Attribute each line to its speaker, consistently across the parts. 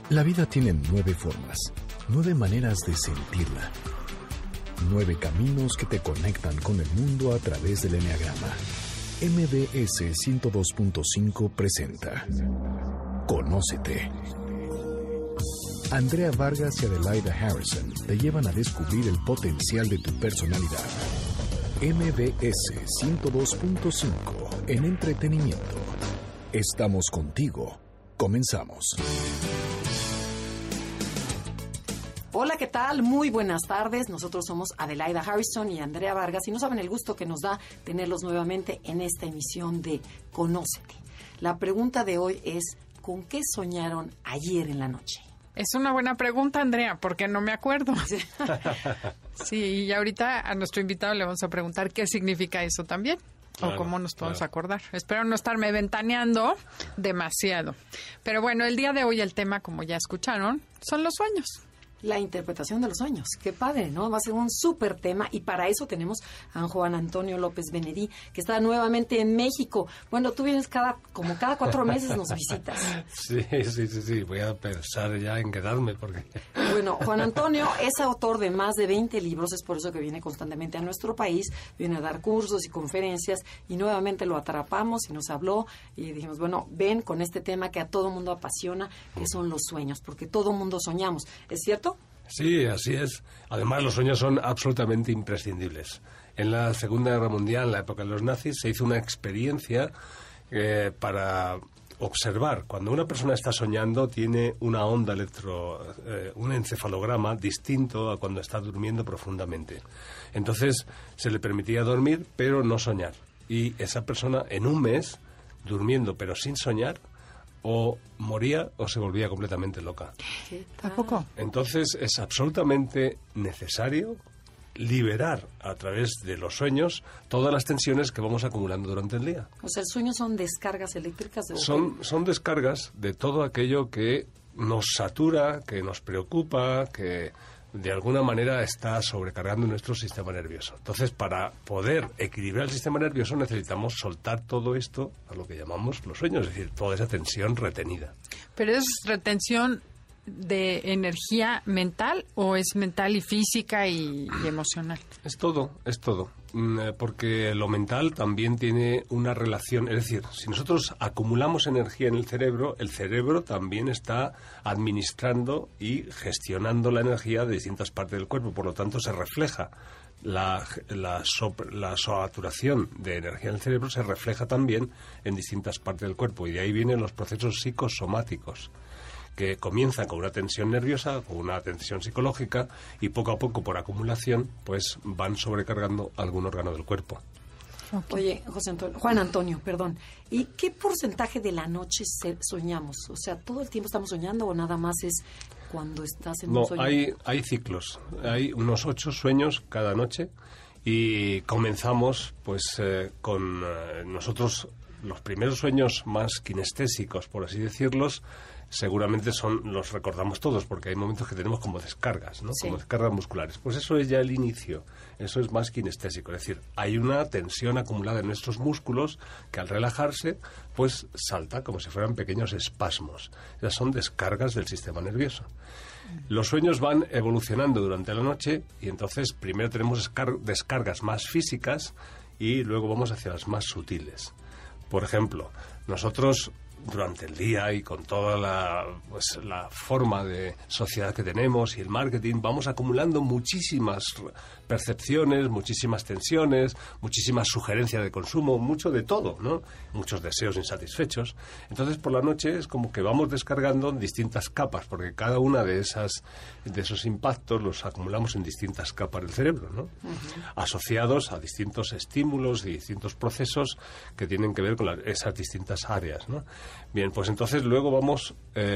Speaker 1: La vida tiene 9 formas, 9 maneras de sentirla. 9 caminos que te conectan con el mundo a través del eneagrama. MBS 102.5 presenta Conócete. Andrea Vargas y Adelaida Harrison te llevan a descubrir el potencial de tu personalidad. MBS 102.5 en entretenimiento. Estamos contigo. Comenzamos.
Speaker 2: Hola, ¿qué tal? Muy buenas tardes. Nosotros somos Adelaida Harrison y Andrea Vargas y no saben el gusto que nos da tenerlos nuevamente en esta emisión de Conócete. La pregunta de hoy es, ¿con qué soñaron ayer en la noche?
Speaker 3: Es una buena pregunta, Andrea, porque no me acuerdo. Sí, y ahorita a nuestro invitado le vamos a preguntar qué significa eso también. Claro, o cómo nos podemos acordar. Espero no estarme ventaneando demasiado. Pero bueno, el día de hoy el tema, como ya escucharon, son los sueños.
Speaker 2: La interpretación de los sueños. Qué padre, ¿no? Va a ser un súper tema y para eso tenemos a Juan Antonio López Benedí, que está nuevamente en México. Bueno, tú vienes cada 4 meses nos visitas.
Speaker 4: Sí. Voy a pensar ya en quedarme porque...
Speaker 2: Bueno, Juan Antonio es autor de más de 20 libros, es por eso que viene constantemente a nuestro país, viene a dar cursos y conferencias y nuevamente lo atrapamos y nos habló y dijimos, bueno, ven con este tema que a todo mundo apasiona, que son los sueños, porque todo mundo soñamos. ¿Es cierto?
Speaker 4: Sí, así es. Además, los sueños son absolutamente imprescindibles. En la Segunda Guerra Mundial, en la época de los nazis, se hizo una experiencia para observar. Cuando una persona está soñando, tiene una onda un encefalograma distinto a cuando está durmiendo profundamente. Entonces, se le permitía dormir, pero no soñar. Y esa persona, en un mes, durmiendo, pero sin soñar, o moría o se volvía completamente loca.
Speaker 3: ¿Tampoco?
Speaker 4: Entonces es absolutamente necesario liberar a través de los sueños todas las tensiones que vamos acumulando durante el día.
Speaker 2: O sea, ¿el sueño son descargas eléctricas?
Speaker 4: Son descargas de todo aquello que nos satura, que nos preocupa, que de alguna manera está sobrecargando nuestro sistema nervioso. Entonces, para poder equilibrar el sistema nervioso necesitamos soltar todo esto a lo que llamamos los sueños, es decir, toda esa tensión retenida.
Speaker 3: ¿Pero es retención de energía mental o es mental y física y emocional?
Speaker 4: Es todo, porque lo mental también tiene una relación, es decir, si nosotros acumulamos energía en el cerebro también está administrando y gestionando la energía de distintas partes del cuerpo, por lo tanto se refleja la saturación de energía en el cerebro se refleja también en distintas partes del cuerpo y de ahí vienen los procesos psicosomáticos, que comienzan con una tensión nerviosa, con una tensión psicológica y poco a poco por acumulación pues van sobrecargando algún órgano del cuerpo.
Speaker 2: Okay. Oye, Juan Antonio, ¿y qué porcentaje de la noche soñamos? O sea, ¿todo el tiempo estamos soñando o nada más es cuando estás en un sueño?
Speaker 4: No, hay ciclos, hay unos 8 sueños cada noche y comenzamos pues con nosotros los primeros sueños más kinestésicos, por así decirlos, seguramente los recordamos todos, porque hay momentos que tenemos como descargas, ¿no? Sí. Como descargas musculares. Pues eso es ya el inicio, eso es más kinestésico, es decir, hay una tensión acumulada en nuestros músculos que al relajarse, pues salta como si fueran pequeños espasmos. Esas son descargas del sistema nervioso. Los sueños van evolucionando durante la noche y entonces primero tenemos descargas más físicas y luego vamos hacia las más sutiles. Por ejemplo, nosotros durante el día y con toda la forma de sociedad que tenemos y el marketing, vamos acumulando muchísimas percepciones, muchísimas tensiones, muchísimas sugerencias de consumo, mucho de todo, ¿no? Muchos deseos insatisfechos. Entonces, por la noche es como que vamos descargando en distintas capas, porque cada una de esos impactos los acumulamos en distintas capas del cerebro, ¿no? Uh-huh. Asociados a distintos estímulos y distintos procesos que tienen que ver con esas distintas áreas, ¿no? Bien, pues entonces luego vamos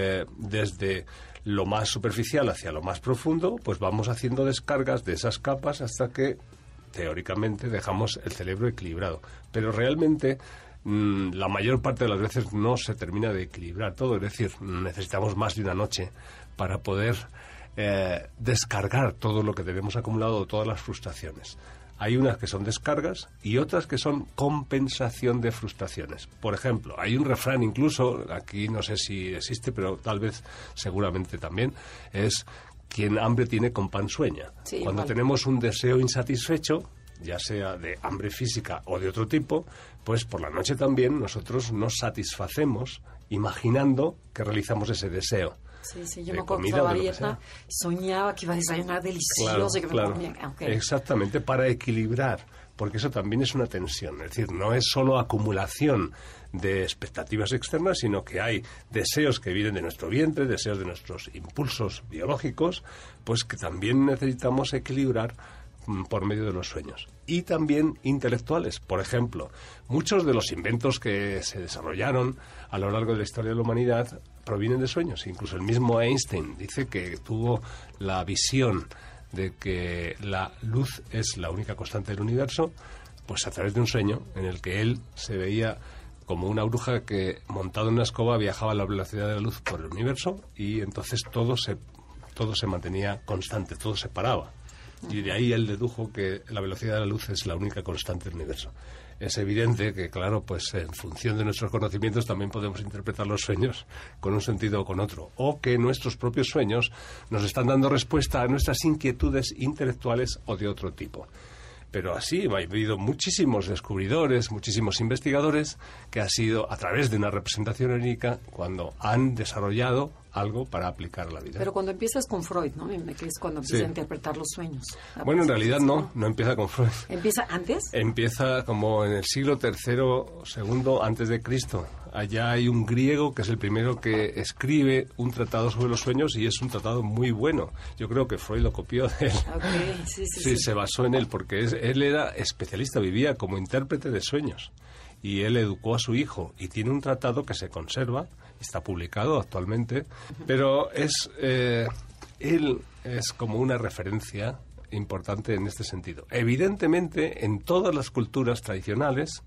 Speaker 4: desde lo más superficial hacia lo más profundo, pues vamos haciendo descargas de esas capas hasta que, teóricamente, dejamos el cerebro equilibrado. Pero realmente, la mayor parte de las veces no se termina de equilibrar todo, es decir, necesitamos más de una noche para poder descargar todo lo que tenemos acumulado, todas las frustraciones. Hay unas que son descargas y otras que son compensación de frustraciones. Por ejemplo, hay un refrán incluso, aquí no sé si existe, pero tal vez seguramente también, es quien hambre tiene con pan sueña.
Speaker 2: Sí,
Speaker 4: Cuando tenemos un deseo insatisfecho, ya sea de hambre física o de otro tipo, pues por la noche también nosotros nos satisfacemos imaginando que realizamos ese deseo.
Speaker 2: Sí, yo me acuerdo que estaba dieta, soñaba que iba a desayunar delicioso y que me comía. Okay.
Speaker 4: Exactamente, para equilibrar, porque eso también es una tensión. Es decir, no es solo acumulación de expectativas externas, sino que hay deseos que vienen de nuestro vientre, deseos de nuestros impulsos biológicos, pues que también necesitamos equilibrar por medio de los sueños. Y también intelectuales. Por ejemplo, muchos de los inventos que se desarrollaron a lo largo de la historia de la humanidad provienen de sueños. Incluso el mismo Einstein dice que tuvo la visión de que la luz es la única constante del universo, pues a través de un sueño en el que él se veía como una bruja que, montado en una escoba, viajaba a la velocidad de la luz por el universo, y entonces todo se mantenía constante, todo se paraba. Y de ahí él dedujo que la velocidad de la luz es la única constante del universo. Es evidente que, claro, pues en función de nuestros conocimientos también podemos interpretar los sueños con un sentido o con otro. O que nuestros propios sueños nos están dando respuesta a nuestras inquietudes intelectuales o de otro tipo. Pero así ha habido muchísimos descubridores, muchísimos investigadores que ha sido a través de una representación onírica cuando han desarrollado algo para aplicar a la vida.
Speaker 2: Pero cuando empiezas con Freud, ¿no? Que es cuando empieza a interpretar los sueños.
Speaker 4: Bueno, en realidad no empieza con Freud.
Speaker 2: ¿Empieza antes?
Speaker 4: Empieza como en el siglo III, II antes de Cristo. Allá hay un griego que es el primero que escribe un tratado sobre los sueños, y es un tratado muy bueno. Yo creo que Freud lo copió de él.
Speaker 2: Okay, sí,
Speaker 4: se basó en él, porque él era especialista, vivía como intérprete de sueños. Y él educó a su hijo, y tiene un tratado que se conserva, está publicado actualmente, pero él es como una referencia importante en este sentido. Evidentemente, en todas las culturas tradicionales,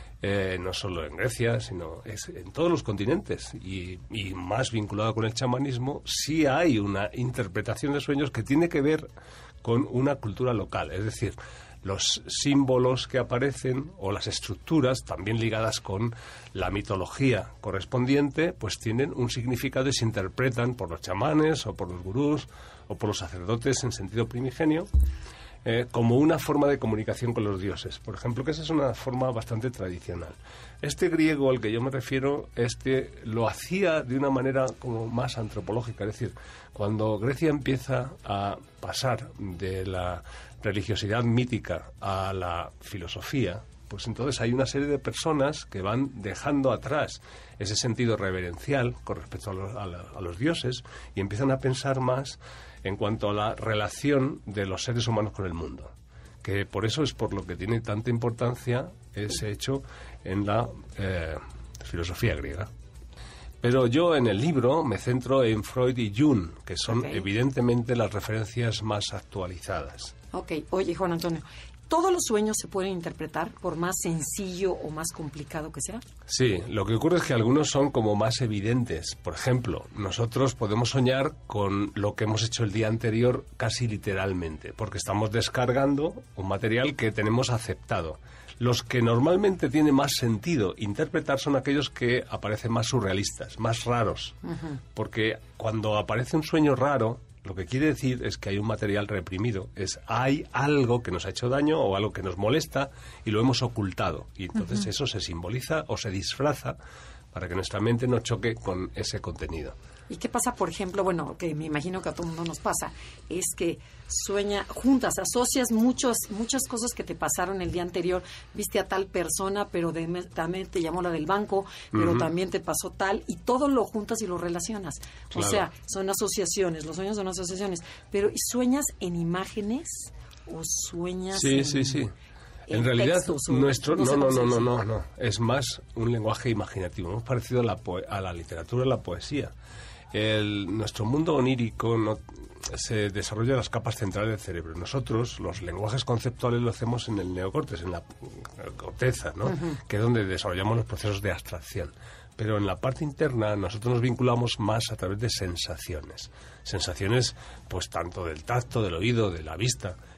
Speaker 4: no solo en Grecia, sino en todos los continentes, y más vinculado con el chamanismo, sí hay una interpretación de sueños que tiene que ver con una cultura local, es decir, los símbolos que aparecen o las estructuras, también ligadas con la mitología correspondiente, pues tienen un significado y se interpretan por los chamanes o por los gurús o por los sacerdotes en sentido primigenio, como una forma de comunicación con los dioses. Por ejemplo, que esa es una forma bastante tradicional. Este griego al que yo me refiero, lo hacía de una manera como más antropológica, es decir, cuando Grecia empieza a pasar de la religiosidad mítica a la filosofía, pues entonces hay una serie de personas que van dejando atrás ese sentido reverencial con respecto a los dioses, y empiezan a pensar más en cuanto a la relación de los seres humanos con el mundo, que por eso es por lo que tiene tanta importancia ese hecho en la filosofía griega. Pero yo en el libro me centro en Freud y Jung, que son evidentemente las referencias más actualizadas.
Speaker 2: Ok, oye, Juan Antonio, ¿todos los sueños se pueden interpretar, por más sencillo o más complicado que sea?
Speaker 4: Sí, lo que ocurre es que algunos son como más evidentes. Por ejemplo, nosotros podemos soñar con lo que hemos hecho el día anterior casi literalmente, porque estamos descargando un material que tenemos aceptado. Los que normalmente tiene más sentido interpretar son aquellos que aparecen más surrealistas, más raros, porque cuando aparece un sueño raro, lo que quiere decir es que hay un material reprimido, hay algo que nos ha hecho daño o algo que nos molesta y lo hemos ocultado, y entonces eso se simboliza o se disfraza para que nuestra mente no choque con ese contenido.
Speaker 2: ¿Y qué pasa, por ejemplo, bueno, que me imagino que a todo el mundo nos pasa, es que asocias muchas cosas que te pasaron el día anterior, viste a tal persona, pero también te llamó la del banco, pero también te pasó tal, y todo lo juntas y lo relacionas. Claro. O sea, son asociaciones, los sueños son asociaciones, pero ¿y sueñas en imágenes o sueñas
Speaker 4: Sí. En realidad, nuestro... No. Es más un lenguaje imaginativo. Hemos parecido a la literatura, a la poesía. Nuestro mundo onírico se desarrolla en las capas centrales del cerebro. Nosotros, los lenguajes conceptuales, lo hacemos en el neocórtex, en la corteza, ¿no? Que es donde desarrollamos los procesos de abstracción. Pero en la parte interna nosotros nos vinculamos más a través de sensaciones. Sensaciones, pues tanto del tacto, del oído, de la vista,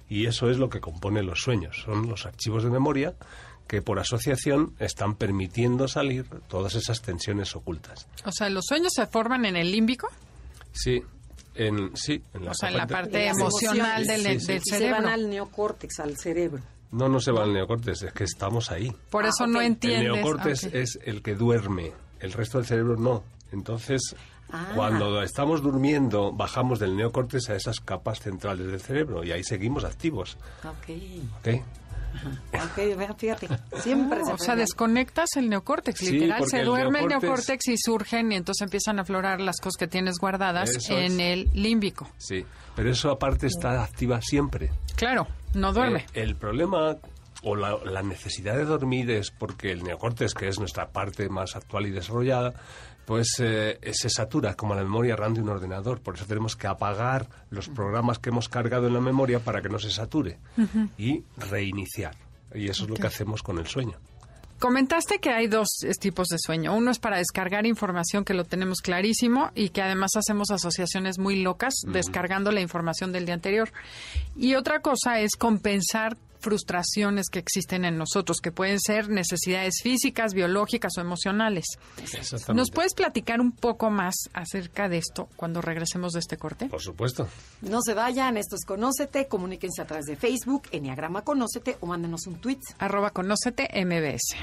Speaker 4: Y eso es lo que compone los sueños. Son los archivos de memoria que por asociación están permitiendo salir todas esas tensiones ocultas.
Speaker 3: O sea, ¿los sueños se forman en el límbico?
Speaker 4: Sí, en la
Speaker 3: parte emocional del cerebro.
Speaker 2: Se van al neocórtex, al cerebro.
Speaker 4: No se va al neocórtex, es que estamos ahí.
Speaker 3: Por eso no entiendes.
Speaker 4: El neocórtex es el que duerme, el resto del cerebro no. Entonces, cuando estamos durmiendo, bajamos del neocórtex a esas capas centrales del cerebro y ahí seguimos activos.
Speaker 2: Ok, fíjate, siempre
Speaker 3: o sea, desconectas el neocórtex, literal, se duerme el neocórtex y surgen y entonces empiezan a aflorar las cosas que tienes guardadas en el límbico.
Speaker 4: Sí, pero eso aparte está activa siempre.
Speaker 3: Claro, no duerme.
Speaker 4: El problema o la necesidad de dormir es porque el neocórtex, que es nuestra parte más actual y desarrollada, pues se satura como la memoria RAM de un ordenador. Por eso tenemos que apagar los programas que hemos cargado en la memoria para que no se sature y reiniciar. Y eso es lo que hacemos con el sueño.
Speaker 3: Comentaste que hay dos tipos de sueño. Uno es para descargar información, que lo tenemos clarísimo, y que además hacemos asociaciones muy locas descargando la información del día anterior. Y otra cosa es compensar frustraciones que existen en nosotros, que pueden ser necesidades físicas, biológicas o emocionales. ¿Nos puedes platicar un poco más acerca de esto cuando regresemos de este corte?
Speaker 4: Por supuesto.
Speaker 2: No se vayan, esto es Conócete, comuníquense a través de Facebook, Enneagrama Conócete, o mándenos un tweet.
Speaker 3: @Conócete MBS.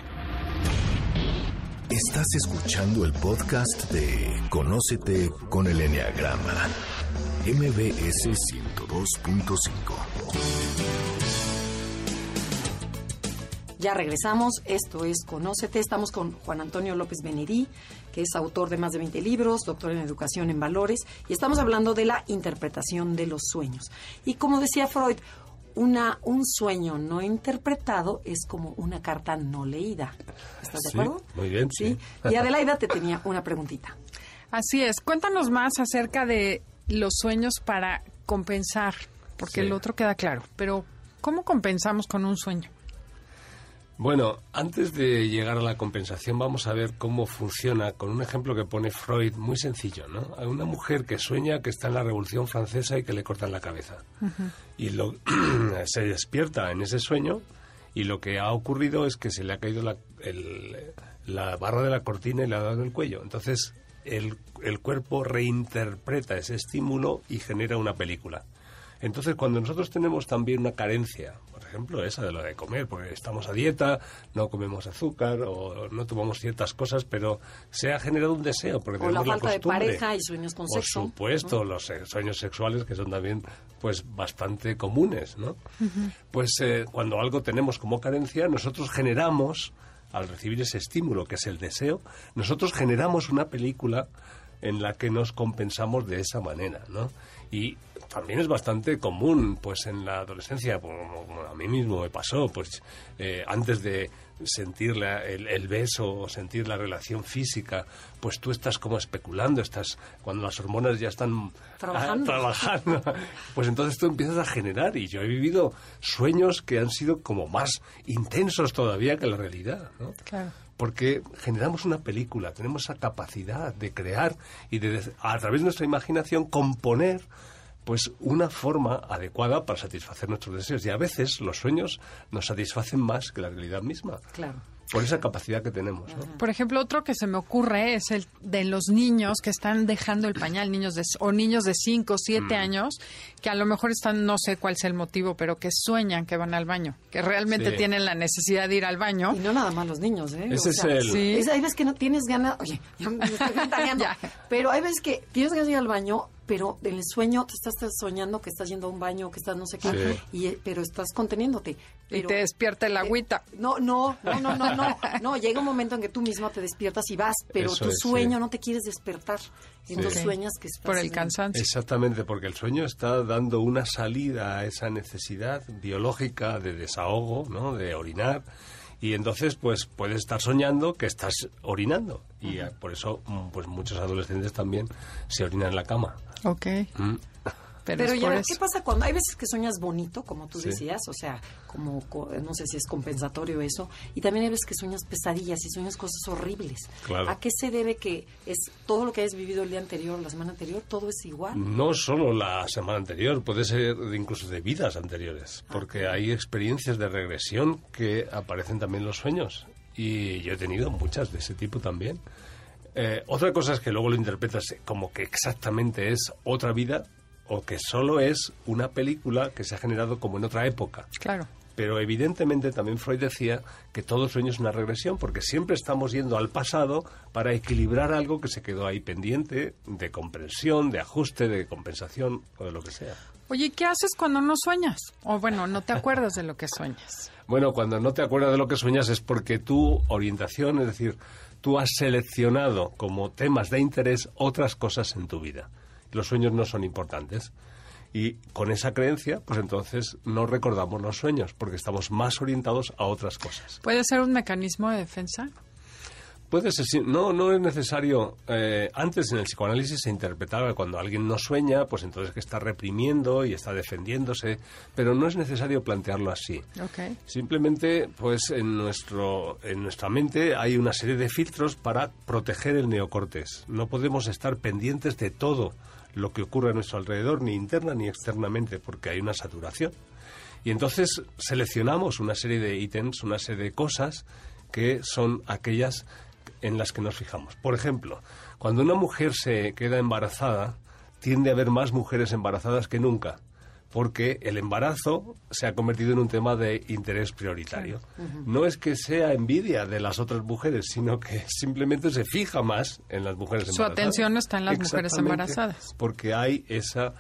Speaker 1: Estás escuchando el podcast de Conócete con el Enneagrama, MBS 102.5.
Speaker 2: Ya regresamos, esto es Conócete, estamos con Juan Antonio López Benedí, que es autor de más de 20 libros, doctor en educación en valores, y estamos hablando de la interpretación de los sueños. Y como decía Freud, un sueño no interpretado es como una carta no leída. ¿Estás de acuerdo?
Speaker 4: Muy bien, sí.
Speaker 2: Y Adelaida te tenía una preguntita.
Speaker 3: Así es, cuéntanos más acerca de los sueños para compensar, porque el otro queda claro, pero ¿cómo compensamos con un sueño?
Speaker 4: Bueno, antes de llegar a la compensación vamos a ver cómo funciona con un ejemplo que pone Freud muy sencillo, ¿no? Hay una mujer que sueña que está en la Revolución Francesa y que le cortan la cabeza. Y se despierta en ese sueño y lo que ha ocurrido es que se le ha caído la barra de la cortina y le ha dado el cuello. Entonces el cuerpo reinterpreta ese estímulo y genera una película. Entonces, cuando nosotros tenemos también una carencia, por ejemplo, esa de lo de comer, porque estamos a dieta, no comemos azúcar o no tomamos ciertas cosas, pero se ha generado un deseo. Porque
Speaker 2: o la
Speaker 4: falta
Speaker 2: de pareja y sueños con sexo.
Speaker 4: Por supuesto, los sueños sexuales, que son también pues bastante comunes, ¿no? Pues cuando algo tenemos como carencia, nosotros generamos, al recibir ese estímulo, que es el deseo, nosotros generamos una película en la que nos compensamos de esa manera, ¿no? Y también es bastante común, pues en la adolescencia, como a mí mismo me pasó, pues antes de sentir el beso o sentir la relación física, pues tú estás como especulando, cuando las hormonas ya están trabajando, pues entonces tú empiezas a generar, y yo he vivido sueños que han sido como más intensos todavía que la realidad, ¿no?
Speaker 3: Claro.
Speaker 4: Porque generamos una película, tenemos esa capacidad de crear y de a través de nuestra imaginación componer pues una forma adecuada para satisfacer nuestros deseos. Y a veces los sueños nos satisfacen más que la realidad misma.
Speaker 2: Claro.
Speaker 4: Por esa capacidad que tenemos, ¿no?
Speaker 3: Por ejemplo, otro que se me ocurre es el de los niños que están dejando el pañal, niños de 5 o 7 años, que a lo mejor están, no sé cuál es el motivo, pero que sueñan que van al baño, que realmente tienen la necesidad de ir al baño.
Speaker 2: Y no nada más los niños, ¿eh?
Speaker 4: Ese es el...
Speaker 2: Sí. Hay veces que no tienes ganas, oye, yo me estoy ventaneando, pero hay veces que tienes ganas de ir al baño, pero en el sueño te estás soñando que estás yendo a un baño, que estás no sé qué, pero estás conteniéndote.
Speaker 3: Pero, y te despierta el agüita.
Speaker 2: No, llega un momento en que tú mismo te despiertas y vas, pero tu sueño no te quieres despertar. Entonces sueñas que estás...
Speaker 3: Por el cansancio.
Speaker 4: Exactamente, porque el sueño está dando una salida a esa necesidad biológica de desahogo, ¿no? De orinar. Y entonces, pues, puedes estar soñando que estás orinando. Y por eso, pues, muchos adolescentes también se orinan en la cama.
Speaker 3: Ok.
Speaker 2: Pero
Speaker 3: es
Speaker 2: ya,
Speaker 3: por eso.
Speaker 2: ¿qué pasa cuando hay veces que sueñas bonito, como tú
Speaker 4: Sí.
Speaker 2: decías? O sea, no sé si es compensatorio eso. Y también hay veces que sueñas pesadillas y sueñas cosas horribles.
Speaker 4: Claro.
Speaker 2: ¿A qué se debe que es todo lo que hayas vivido el día anterior, la semana anterior, todo es igual?
Speaker 4: No solo la semana anterior, puede ser incluso de vidas anteriores, porque hay experiencias de regresión que aparecen también en los sueños. Y yo he tenido muchas de ese tipo también. Otra cosa es que luego lo interpretas como que exactamente es otra vida o que solo es una película que se ha generado como en otra época.
Speaker 3: Claro.
Speaker 4: Pero evidentemente también Freud decía que todo sueño es una regresión, porque siempre estamos yendo al pasado para equilibrar algo que se quedó ahí pendiente de comprensión, de ajuste, de compensación o de lo que sea.
Speaker 3: Oye, ¿qué haces cuando no sueñas? O bueno, no te acuerdas de lo que sueñas.
Speaker 4: Bueno, cuando no te acuerdas de lo que sueñas es porque tu orientación, es decir, tú has seleccionado como temas de interés otras cosas en tu vida. Los sueños no son importantes. Y con esa creencia, pues entonces no recordamos los sueños, porque estamos más orientados a otras cosas.
Speaker 3: ¿Puede ser un mecanismo de defensa?
Speaker 4: Puede ser, sí. No es necesario. Antes en el psicoanálisis se interpretaba que cuando alguien no sueña, pues entonces que está reprimiendo y está defendiéndose, pero no es necesario plantearlo así.
Speaker 3: Okay.
Speaker 4: Simplemente, pues en nuestra mente hay una serie de filtros para proteger el neocórtex. No podemos estar pendientes de todo lo que ocurre a nuestro alrededor, ni interna ni externamente, porque hay una saturación. Y entonces seleccionamos una serie de ítems, una serie de cosas que son aquellas en las que nos fijamos. Por ejemplo, cuando una mujer se queda embarazada, tiende a haber más mujeres embarazadas que nunca, porque el embarazo se ha convertido en un tema de interés prioritario. No es que sea envidia de las otras mujeres, sino que simplemente se fija más en las mujeres embarazadas.
Speaker 3: Su atención está en las mujeres
Speaker 4: Exactamente,
Speaker 3: embarazadas.
Speaker 4: porque hay esa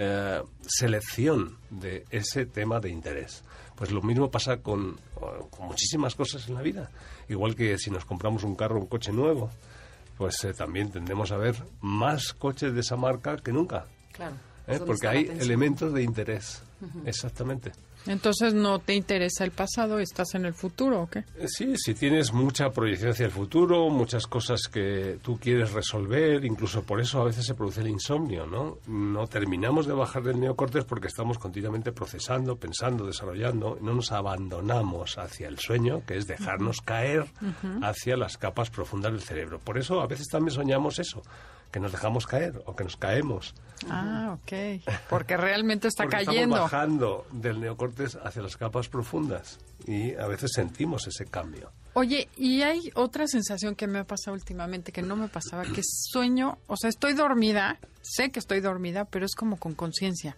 Speaker 4: selección de ese tema de interés. Pues lo mismo pasa con muchísimas cosas en la vida. Igual que si nos compramos un coche nuevo, pues también tendemos a ver más coches de esa marca que nunca.
Speaker 2: Claro.
Speaker 4: Porque hay elementos de interés. Exactamente.
Speaker 3: Entonces no te interesa el pasado, estás en el futuro, ¿o qué?
Speaker 4: Sí, si tienes mucha proyección hacia el futuro, muchas cosas que tú quieres resolver, incluso por eso a veces se produce el insomnio, ¿no? No terminamos de bajar del neocórtex porque estamos continuamente procesando, pensando, desarrollando, no nos abandonamos hacia el sueño, que es dejarnos caer hacia las capas profundas del cerebro. Por eso a veces también soñamos eso, que nos dejamos caer o que nos caemos.
Speaker 3: Ah, ok. Porque realmente está
Speaker 4: Porque
Speaker 3: cayendo.
Speaker 4: estamos bajando del neocórtex hacia las capas profundas y a veces sentimos ese cambio.
Speaker 3: Oye, y hay otra sensación que me ha pasado últimamente, que no me pasaba, que sueño, o sea, estoy dormida, sé que estoy dormida, pero es como con conciencia.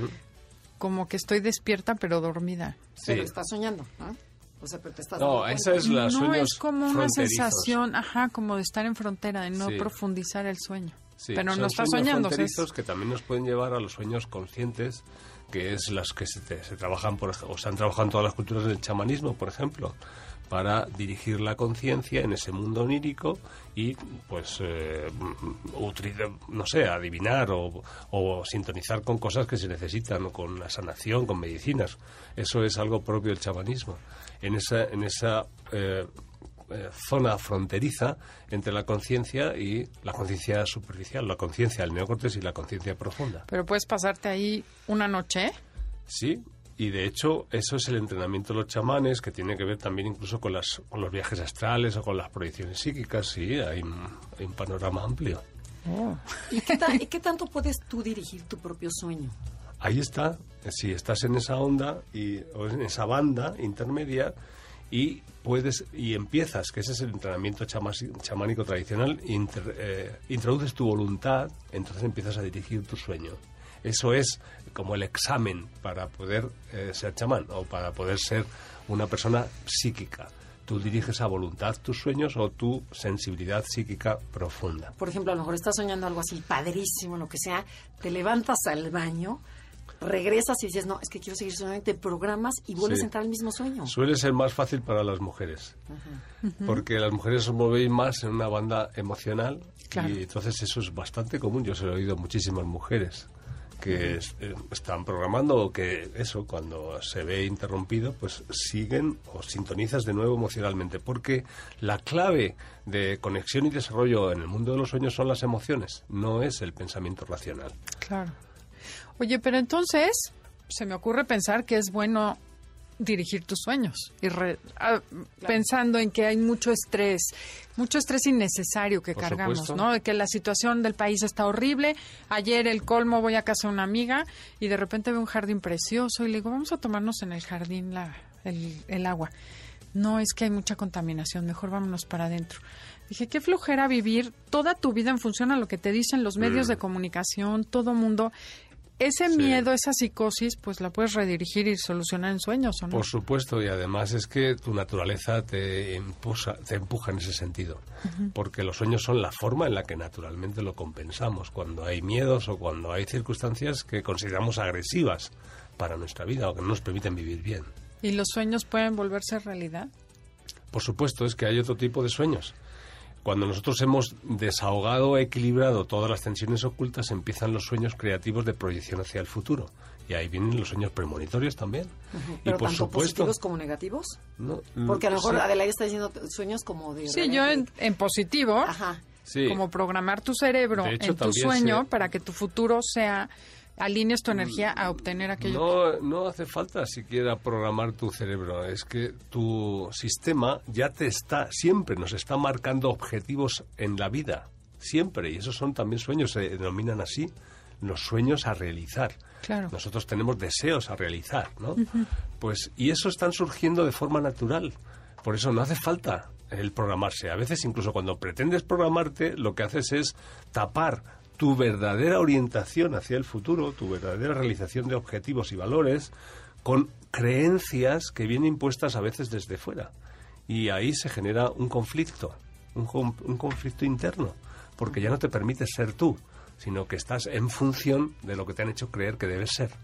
Speaker 3: Como que estoy despierta, pero dormida.
Speaker 2: Pero
Speaker 4: Sí.
Speaker 2: estás soñando, ¿no? O sea, pero te estás
Speaker 4: No,
Speaker 2: dando
Speaker 4: esa
Speaker 2: cuenta.
Speaker 4: es la
Speaker 3: No,
Speaker 4: sueños
Speaker 3: es como una
Speaker 4: fronterizos.
Speaker 3: sensación, como de estar en frontera, de no
Speaker 4: Sí.
Speaker 3: profundizar el sueño.
Speaker 4: Sí,
Speaker 3: pero
Speaker 4: son
Speaker 3: no estás
Speaker 4: sueños
Speaker 3: soñando. o sea,
Speaker 4: fronterizos que también nos pueden llevar a los sueños conscientes, que es las que se trabajan, o se han trabajado en todas las culturas del chamanismo, por ejemplo, para dirigir la conciencia en ese mundo onírico y, pues, no sé, adivinar o sintonizar con cosas que se necesitan, con la sanación, con medicinas. Eso es algo propio del chamanismo. En esa zona fronteriza entre la conciencia y la conciencia superficial, la conciencia del neocórtex y la conciencia profunda.
Speaker 3: Pero puedes pasarte ahí una noche.
Speaker 4: Sí, y de hecho eso es el entrenamiento de los chamanes, que tiene que ver también incluso con los viajes astrales o con las proyecciones psíquicas. Sí, hay un panorama amplio.
Speaker 2: ¿Y qué tanto puedes tú dirigir tu propio sueño?
Speaker 4: Ahí está, si estás en esa onda o en esa banda intermedia y empiezas, que ese es el entrenamiento chamánico tradicional, introduces tu voluntad, entonces empiezas a dirigir tu sueño. Eso es como el examen para poder ser chamán o para poder ser una persona psíquica. Tú diriges a voluntad tus sueños o tu sensibilidad psíquica profunda.
Speaker 2: Por ejemplo, a lo mejor estás soñando algo así padrísimo, lo que sea, te levantas al baño, regresas y dices, no, es que quiero seguir soñando, te programas y vuelves a entrar al mismo sueño.
Speaker 4: Suele ser más fácil para las mujeres, porque las mujeres os movéis más en una banda emocional.
Speaker 3: Claro.
Speaker 4: Y entonces eso es bastante común. Yo se lo he oído a muchísimas mujeres que están programando o que eso, cuando se ve interrumpido, pues siguen o sintonizas de nuevo emocionalmente, porque la clave de conexión y desarrollo en el mundo de los sueños son las emociones, no es el pensamiento racional.
Speaker 3: Claro. Oye, pero entonces se me ocurre pensar que es bueno dirigir tus sueños y pensando en que hay mucho estrés innecesario que
Speaker 4: Por
Speaker 3: cargamos,
Speaker 4: supuesto.
Speaker 3: ¿no? De que la situación del país está horrible. Ayer el colmo, voy a casa de una amiga y de repente veo un jardín precioso y le digo, vamos a tomarnos en el jardín el agua. No, es que hay mucha contaminación, mejor vámonos para adentro. Dije, qué flojera vivir toda tu vida en función a lo que te dicen los medios de comunicación, todo mundo. Ese miedo, esa psicosis, pues la puedes redirigir y solucionar en sueños, ¿o no?
Speaker 4: Por supuesto, y además es que tu naturaleza te empuja en ese sentido, porque los sueños son la forma en la que naturalmente lo compensamos, cuando hay miedos o cuando hay circunstancias que consideramos agresivas para nuestra vida o que no nos permiten vivir bien.
Speaker 3: ¿Y los sueños pueden volverse realidad?
Speaker 4: Por supuesto, es que hay otro tipo de sueños. Cuando nosotros hemos desahogado, equilibrado todas las tensiones ocultas, empiezan los sueños creativos de proyección hacia el futuro. Y ahí vienen los sueños premonitorios también.
Speaker 2: Pero
Speaker 4: y por
Speaker 2: tanto
Speaker 4: supuesto,
Speaker 2: positivos como negativos.
Speaker 4: no,
Speaker 2: Porque a lo mejor
Speaker 4: sí.
Speaker 2: Adelaide está diciendo sueños como de...
Speaker 3: Sí, yo en positivo,
Speaker 2: Ajá.
Speaker 4: Sí.
Speaker 3: como programar tu cerebro
Speaker 4: De hecho,
Speaker 3: en tu
Speaker 4: también
Speaker 3: sueño
Speaker 4: sé-
Speaker 3: para que tu futuro sea, alinees tu energía a obtener aquello.
Speaker 4: No hace falta siquiera programar tu cerebro. Es que tu sistema ya siempre nos está marcando objetivos en la vida. Siempre. Y esos son también sueños, se denominan así, los sueños a realizar.
Speaker 3: Claro.
Speaker 4: Nosotros tenemos deseos a realizar, ¿no? Pues, y eso están surgiendo de forma natural. Por eso no hace falta el programarse. A veces, incluso cuando pretendes programarte, lo que haces es tapar tu verdadera orientación hacia el futuro, tu verdadera realización de objetivos y valores, con creencias que vienen impuestas a veces desde fuera. Y ahí se genera un conflicto, un conflicto interno, porque ya no te permites ser tú, sino que estás en función de lo que te han hecho creer que debes ser.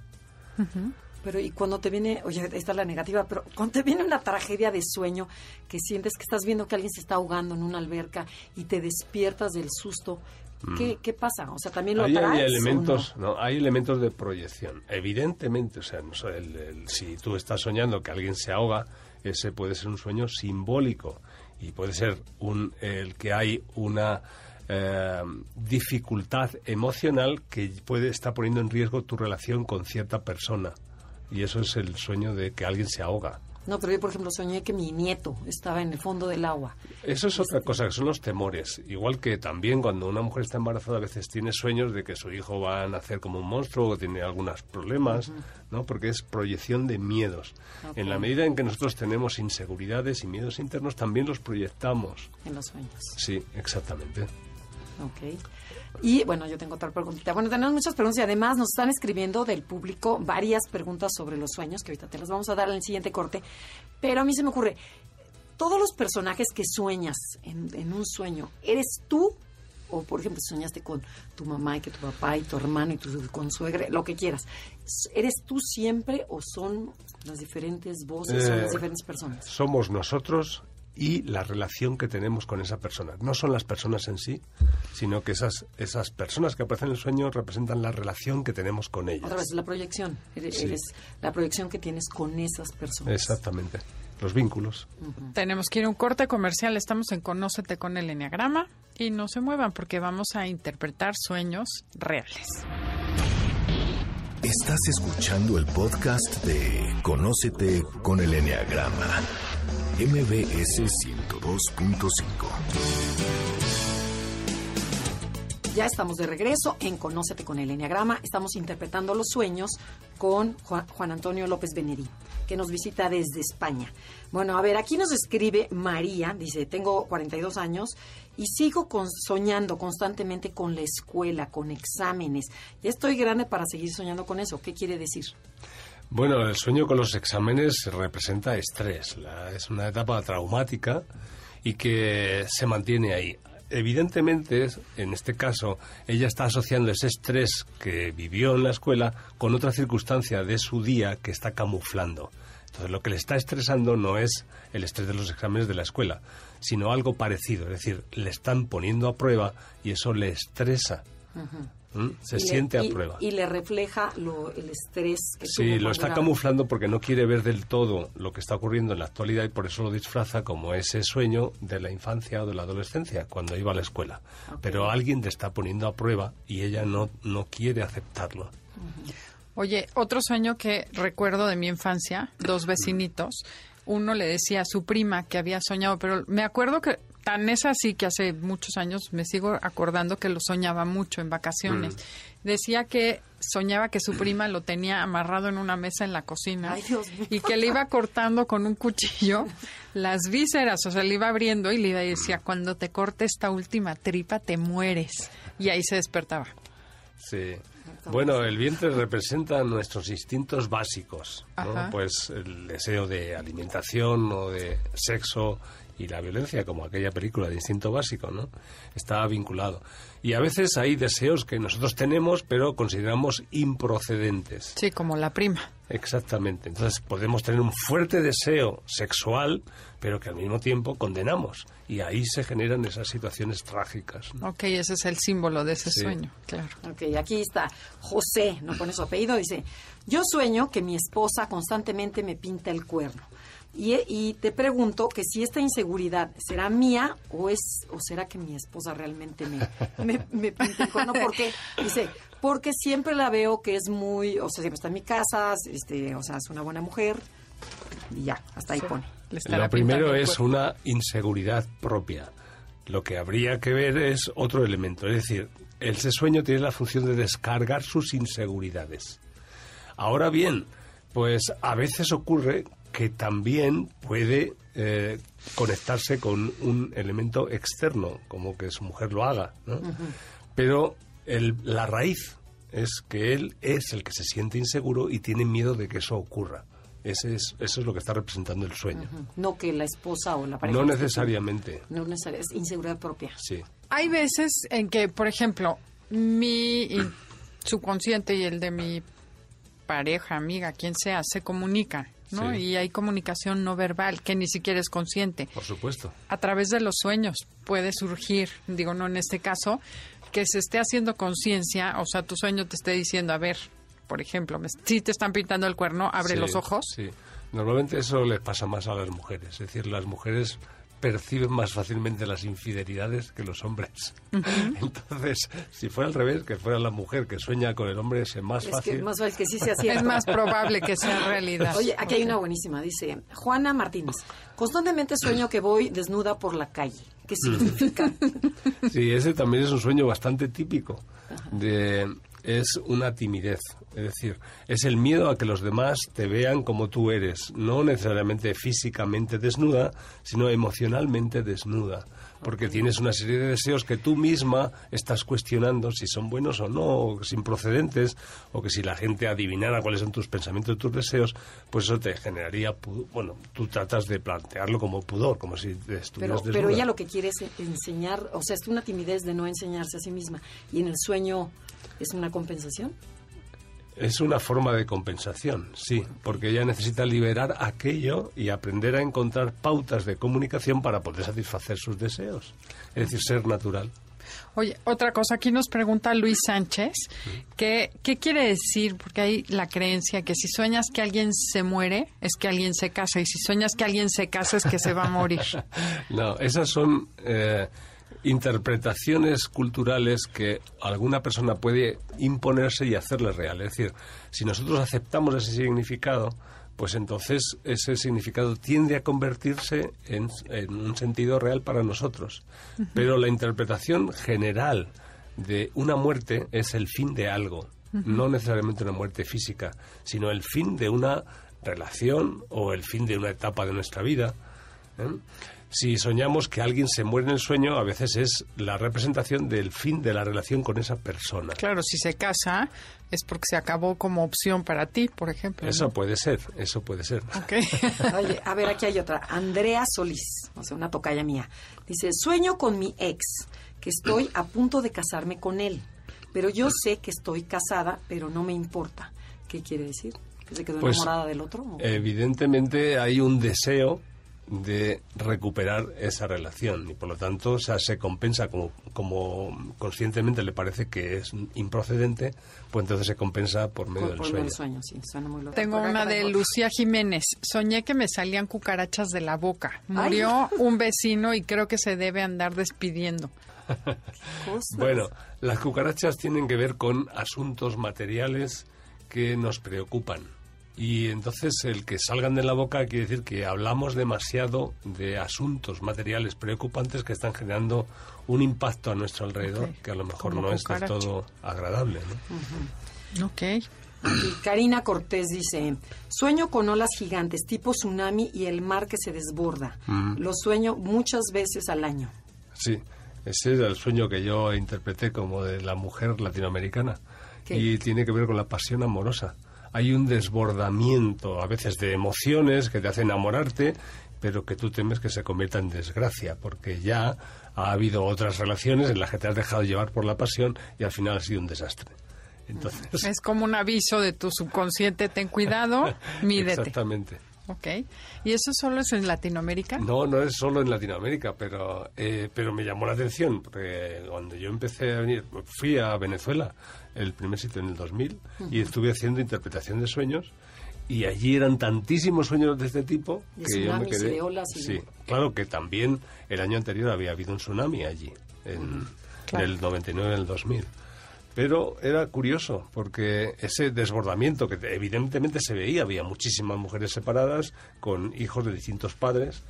Speaker 2: Pero y cuando te viene, oye, esta es la negativa, pero cuando te viene una tragedia de sueño, que sientes que estás viendo que alguien se está ahogando en una alberca y te despiertas del susto, ¿qué pasa? O sea, ¿también lo
Speaker 4: Ahí
Speaker 2: atraes
Speaker 4: hay
Speaker 2: o
Speaker 4: elementos,
Speaker 2: no?
Speaker 4: hay elementos de proyección. Evidentemente, o sea, si tú estás soñando que alguien se ahoga, ese puede ser un sueño simbólico y puede ser el que hay una dificultad emocional que está poniendo en riesgo tu relación con cierta persona. Y eso es el sueño de que alguien se ahoga.
Speaker 2: No, pero yo, por ejemplo, soñé que mi nieto estaba en el fondo del agua.
Speaker 4: Eso es otra cosa, que son los temores. Igual que también cuando una mujer está embarazada a veces tiene sueños de que su hijo va a nacer como un monstruo o tiene algunos problemas, ¿no? Porque es proyección de miedos.
Speaker 2: Okay.
Speaker 4: En la medida en que nosotros tenemos inseguridades y miedos internos, también los proyectamos.
Speaker 2: En los sueños.
Speaker 4: Sí, exactamente.
Speaker 2: Ok. Y bueno, yo tengo otra preguntita. Bueno, tenemos muchas preguntas y además nos están escribiendo del público varias preguntas sobre los sueños, que ahorita te las vamos a dar en el siguiente corte. Pero a mí se me ocurre, todos los personajes que sueñas en un sueño, ¿eres tú? O, por ejemplo, soñaste con tu mamá y que tu papá y tu hermano y tu consuegra, lo que quieras. ¿Eres tú siempre o son las diferentes voces, son las diferentes personas?
Speaker 4: Somos nosotros y la relación que tenemos con esa persona. No son las personas en sí, sino que esas personas que aparecen en el sueño representan la relación que tenemos con ellas.
Speaker 2: Otra vez, la proyección.
Speaker 4: Sí.
Speaker 2: Eres la proyección que tienes con esas personas.
Speaker 4: Exactamente. Los vínculos.
Speaker 3: Tenemos que ir a un corte comercial. Estamos en Conócete con el Enneagrama y no se muevan porque vamos a interpretar sueños reales.
Speaker 1: Estás escuchando el podcast de Conócete con el Enneagrama, MBS 102.5.
Speaker 2: Ya estamos de regreso en Conócete con el Enneagrama. Estamos interpretando los sueños con Juan Antonio López Benedí, que nos visita desde España. Bueno, a ver, aquí nos escribe María, dice, tengo 42 años y sigo soñando constantemente con la escuela, con exámenes. Ya estoy grande para seguir soñando con eso. ¿Qué quiere decir?
Speaker 4: Bueno, el sueño con los exámenes representa estrés. Es una etapa traumática y que se mantiene ahí. Evidentemente, en este caso, ella está asociando ese estrés que vivió en la escuela con otra circunstancia de su día que está camuflando. Entonces, lo que le está estresando no es el estrés de los exámenes de la escuela, sino algo parecido. Es decir, le están poniendo a prueba y eso le estresa. Se siente a prueba.
Speaker 2: Y le refleja el estrés que tuvo.
Speaker 4: Sí, lo está
Speaker 2: cuando era-
Speaker 4: camuflando porque no quiere ver del todo lo que está ocurriendo en la actualidad y por eso lo disfraza como ese sueño de la infancia o de la adolescencia, cuando iba a la escuela.
Speaker 2: Ok.
Speaker 4: Pero alguien te está poniendo a prueba y ella no quiere aceptarlo.
Speaker 3: Oye, otro sueño que recuerdo de mi infancia, 2 vecinitos, uno le decía a su prima que había soñado, pero me acuerdo que tan es así que hace muchos años me sigo acordando que lo soñaba mucho en vacaciones. Decía que soñaba que su prima lo tenía amarrado en una mesa en la cocina.
Speaker 2: Ay, Dios mío.
Speaker 3: Y que le iba cortando con un cuchillo las vísceras, o sea, le iba abriendo y le iba y decía, cuando te corte esta última tripa te mueres. Y ahí se despertaba.
Speaker 4: Sí. Bueno, el vientre representa nuestros instintos básicos, ¿no?
Speaker 3: Ajá.
Speaker 4: Pues el deseo de alimentación o de sexo y la violencia, como aquella película de Instinto Básico, ¿no? Está vinculado. Y a veces hay deseos que nosotros tenemos, pero consideramos improcedentes.
Speaker 3: Sí, como la prima.
Speaker 4: Exactamente. Entonces podemos tener un fuerte deseo sexual, pero que al mismo tiempo condenamos. Y ahí se generan esas situaciones trágicas, ¿no?
Speaker 3: Ok, ese es el símbolo de ese
Speaker 4: Sí.
Speaker 3: sueño, claro.
Speaker 2: Ok, aquí está José, no pone su apellido, dice, yo sueño que mi esposa constantemente me pinta el cuerno. Y te pregunto que si esta inseguridad será mía o será que mi esposa realmente me pinta el cuerno. Porque, dice, porque siempre la veo que es muy, o sea, siempre está en mi casa, o sea, es una buena mujer. Y ya, hasta ahí pone.
Speaker 3: Le estará
Speaker 4: Lo primero
Speaker 3: pintando el
Speaker 4: es
Speaker 3: cuerpo.
Speaker 4: una inseguridad propia. Lo que habría que ver es otro elemento. Es decir, ese sueño tiene la función de descargar sus inseguridades. Ahora bien, pues a veces ocurre que también puede conectarse con un elemento externo, como que su mujer lo haga, ¿no? Pero la raíz es que él es el que se siente inseguro y tiene miedo de que eso ocurra. Eso es lo que está representando el sueño.
Speaker 2: No que la esposa o la pareja.
Speaker 4: No necesariamente.
Speaker 2: No necesariamente, es inseguridad propia.
Speaker 4: Sí.
Speaker 3: Hay veces en que, por ejemplo, mi subconsciente y el de mi pareja, amiga, quien sea, se comunican, ¿no?
Speaker 4: Sí.
Speaker 3: Y hay comunicación no verbal que ni siquiera es consciente.
Speaker 4: Por supuesto.
Speaker 3: A través de los sueños puede surgir, digo, no en este caso, que se esté haciendo conciencia, o sea, tu sueño te esté diciendo, a ver, por ejemplo, si te están pintando el cuerno, abre
Speaker 4: Sí,
Speaker 3: los ojos.
Speaker 4: Sí. Normalmente eso les pasa más a las mujeres. Es decir, las mujeres perciben más fácilmente las infidelidades que los hombres. Entonces, si fuera al revés, que fuera la mujer que sueña con el hombre, es más
Speaker 2: Es
Speaker 4: fácil.
Speaker 2: que más vale que sí sea cierto.
Speaker 3: Es más probable que sea realidad.
Speaker 2: Oye, aquí hay una buenísima, dice Juana Martínez. Constantemente sueño que voy desnuda por la calle. ¿Qué significa?
Speaker 4: Sí, ese también es un sueño bastante típico. Es una timidez. Es decir, es el miedo a que los demás te vean como tú eres. No necesariamente físicamente desnuda, sino emocionalmente desnuda. Porque tienes una serie de deseos que tú misma estás cuestionando si son buenos o no, o sin procedentes, o que si la gente adivinara cuáles son tus pensamientos y tus deseos, pues eso te generaría... Bueno, tú tratas de plantearlo como pudor, como si estuvieras desnuda.
Speaker 2: Pero ella lo que quiere es enseñar, o sea, es una timidez de no enseñarse a sí misma. Y en el sueño es una compensación.
Speaker 4: Es una forma de compensación, sí, porque ella necesita liberar aquello y aprender a encontrar pautas de comunicación para poder satisfacer sus deseos. Es decir, ser natural.
Speaker 3: Oye, otra cosa, aquí nos pregunta Luis Sánchez, ¿qué quiere decir? Porque hay la creencia que si sueñas que alguien se muere, es que alguien se casa, y si sueñas que alguien se casa, es que se va a morir.
Speaker 4: No, esas son interpretaciones culturales que alguna persona puede imponerse y hacerle real. Es decir, si nosotros aceptamos ese significado, pues entonces ese significado tiende a convertirse en un sentido real para nosotros. Pero la interpretación general de una muerte es el fin de algo, no necesariamente una muerte física, sino el fin de una relación o el fin de una etapa de nuestra vida. Si soñamos que alguien se muere en el sueño, a veces es la representación del fin de la relación con esa persona.
Speaker 3: Claro, si se casa es porque se acabó como opción para ti, por ejemplo.
Speaker 4: Eso
Speaker 3: ¿no?
Speaker 4: puede ser, eso puede ser.
Speaker 3: Okay.
Speaker 2: Oye, a ver, aquí hay otra. Andrea Solís, o sea, una tocaya mía. Dice, sueño con mi ex, que estoy a punto de casarme con él. Pero yo sé que estoy casada, pero no me importa. ¿Qué quiere decir? ¿Que se quedó
Speaker 4: Pues,
Speaker 2: enamorada del otro? ¿O?
Speaker 4: Evidentemente hay un deseo de recuperar esa relación y por lo tanto, o sea, se compensa como conscientemente le parece que es improcedente, pues entonces se compensa por medio del sueño.
Speaker 2: El sueño, sí, suena muy loco.
Speaker 3: Tengo una de Lucía Jiménez. Soñé que me salían cucarachas de la boca. Murió un vecino y creo que se debe andar despidiendo.
Speaker 4: Bueno, las cucarachas tienen que ver con asuntos materiales que nos preocupan. Y entonces el que salgan de la boca quiere decir que hablamos demasiado de asuntos materiales preocupantes que están generando un impacto a nuestro alrededor que a lo mejor no es del todo agradable, ¿no?
Speaker 3: Ok.
Speaker 2: Aquí, Karina Cortés dice, sueño con olas gigantes tipo tsunami y el mar que se desborda. Lo sueño muchas veces al año.
Speaker 4: Sí, ese es el sueño que yo interpreté como de la mujer latinoamericana.
Speaker 2: ¿Qué?
Speaker 4: Y tiene que ver con la pasión amorosa. Hay un desbordamiento a veces de emociones que te hacen enamorarte, pero que tú temes que se convierta en desgracia, porque ya ha habido otras relaciones en las que te has dejado llevar por la pasión y al final ha sido un desastre. Entonces,
Speaker 3: es como un aviso de tu subconsciente, ten cuidado, mídete.
Speaker 4: Exactamente.
Speaker 3: Ok. ¿Y eso solo es en Latinoamérica?
Speaker 4: No, no es solo en Latinoamérica, pero me llamó la atención, porque cuando yo empecé a venir, fui a Venezuela, el primer sitio en el 2000, y estuve haciendo interpretación de sueños, y allí eran tantísimos sueños de este tipo
Speaker 2: de
Speaker 4: que yo me quedé...
Speaker 2: de olas y
Speaker 4: sí, claro que también el año anterior había habido un tsunami allí,
Speaker 3: Claro.
Speaker 4: del 99 al 2000. Pero era curioso, porque ese desbordamiento que evidentemente se veía, había muchísimas mujeres separadas con hijos de distintos padres,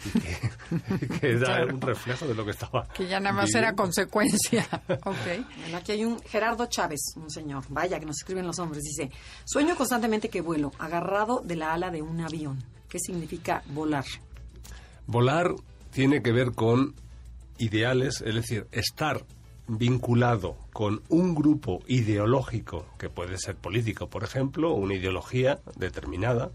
Speaker 4: y que era
Speaker 3: Claro.
Speaker 4: un reflejo de lo que estaba
Speaker 3: Que ya nada más
Speaker 4: viviendo.
Speaker 3: era consecuencia. Ok.
Speaker 2: Bueno, aquí hay un Gerardo Chávez, un señor, vaya que nos escriben los hombres, dice, sueño constantemente que vuelo, agarrado de la ala de un avión. ¿Qué significa volar?
Speaker 4: Volar tiene que ver con ideales, es decir, estar vinculado con un grupo ideológico, que puede ser político, por ejemplo, o una ideología determinada,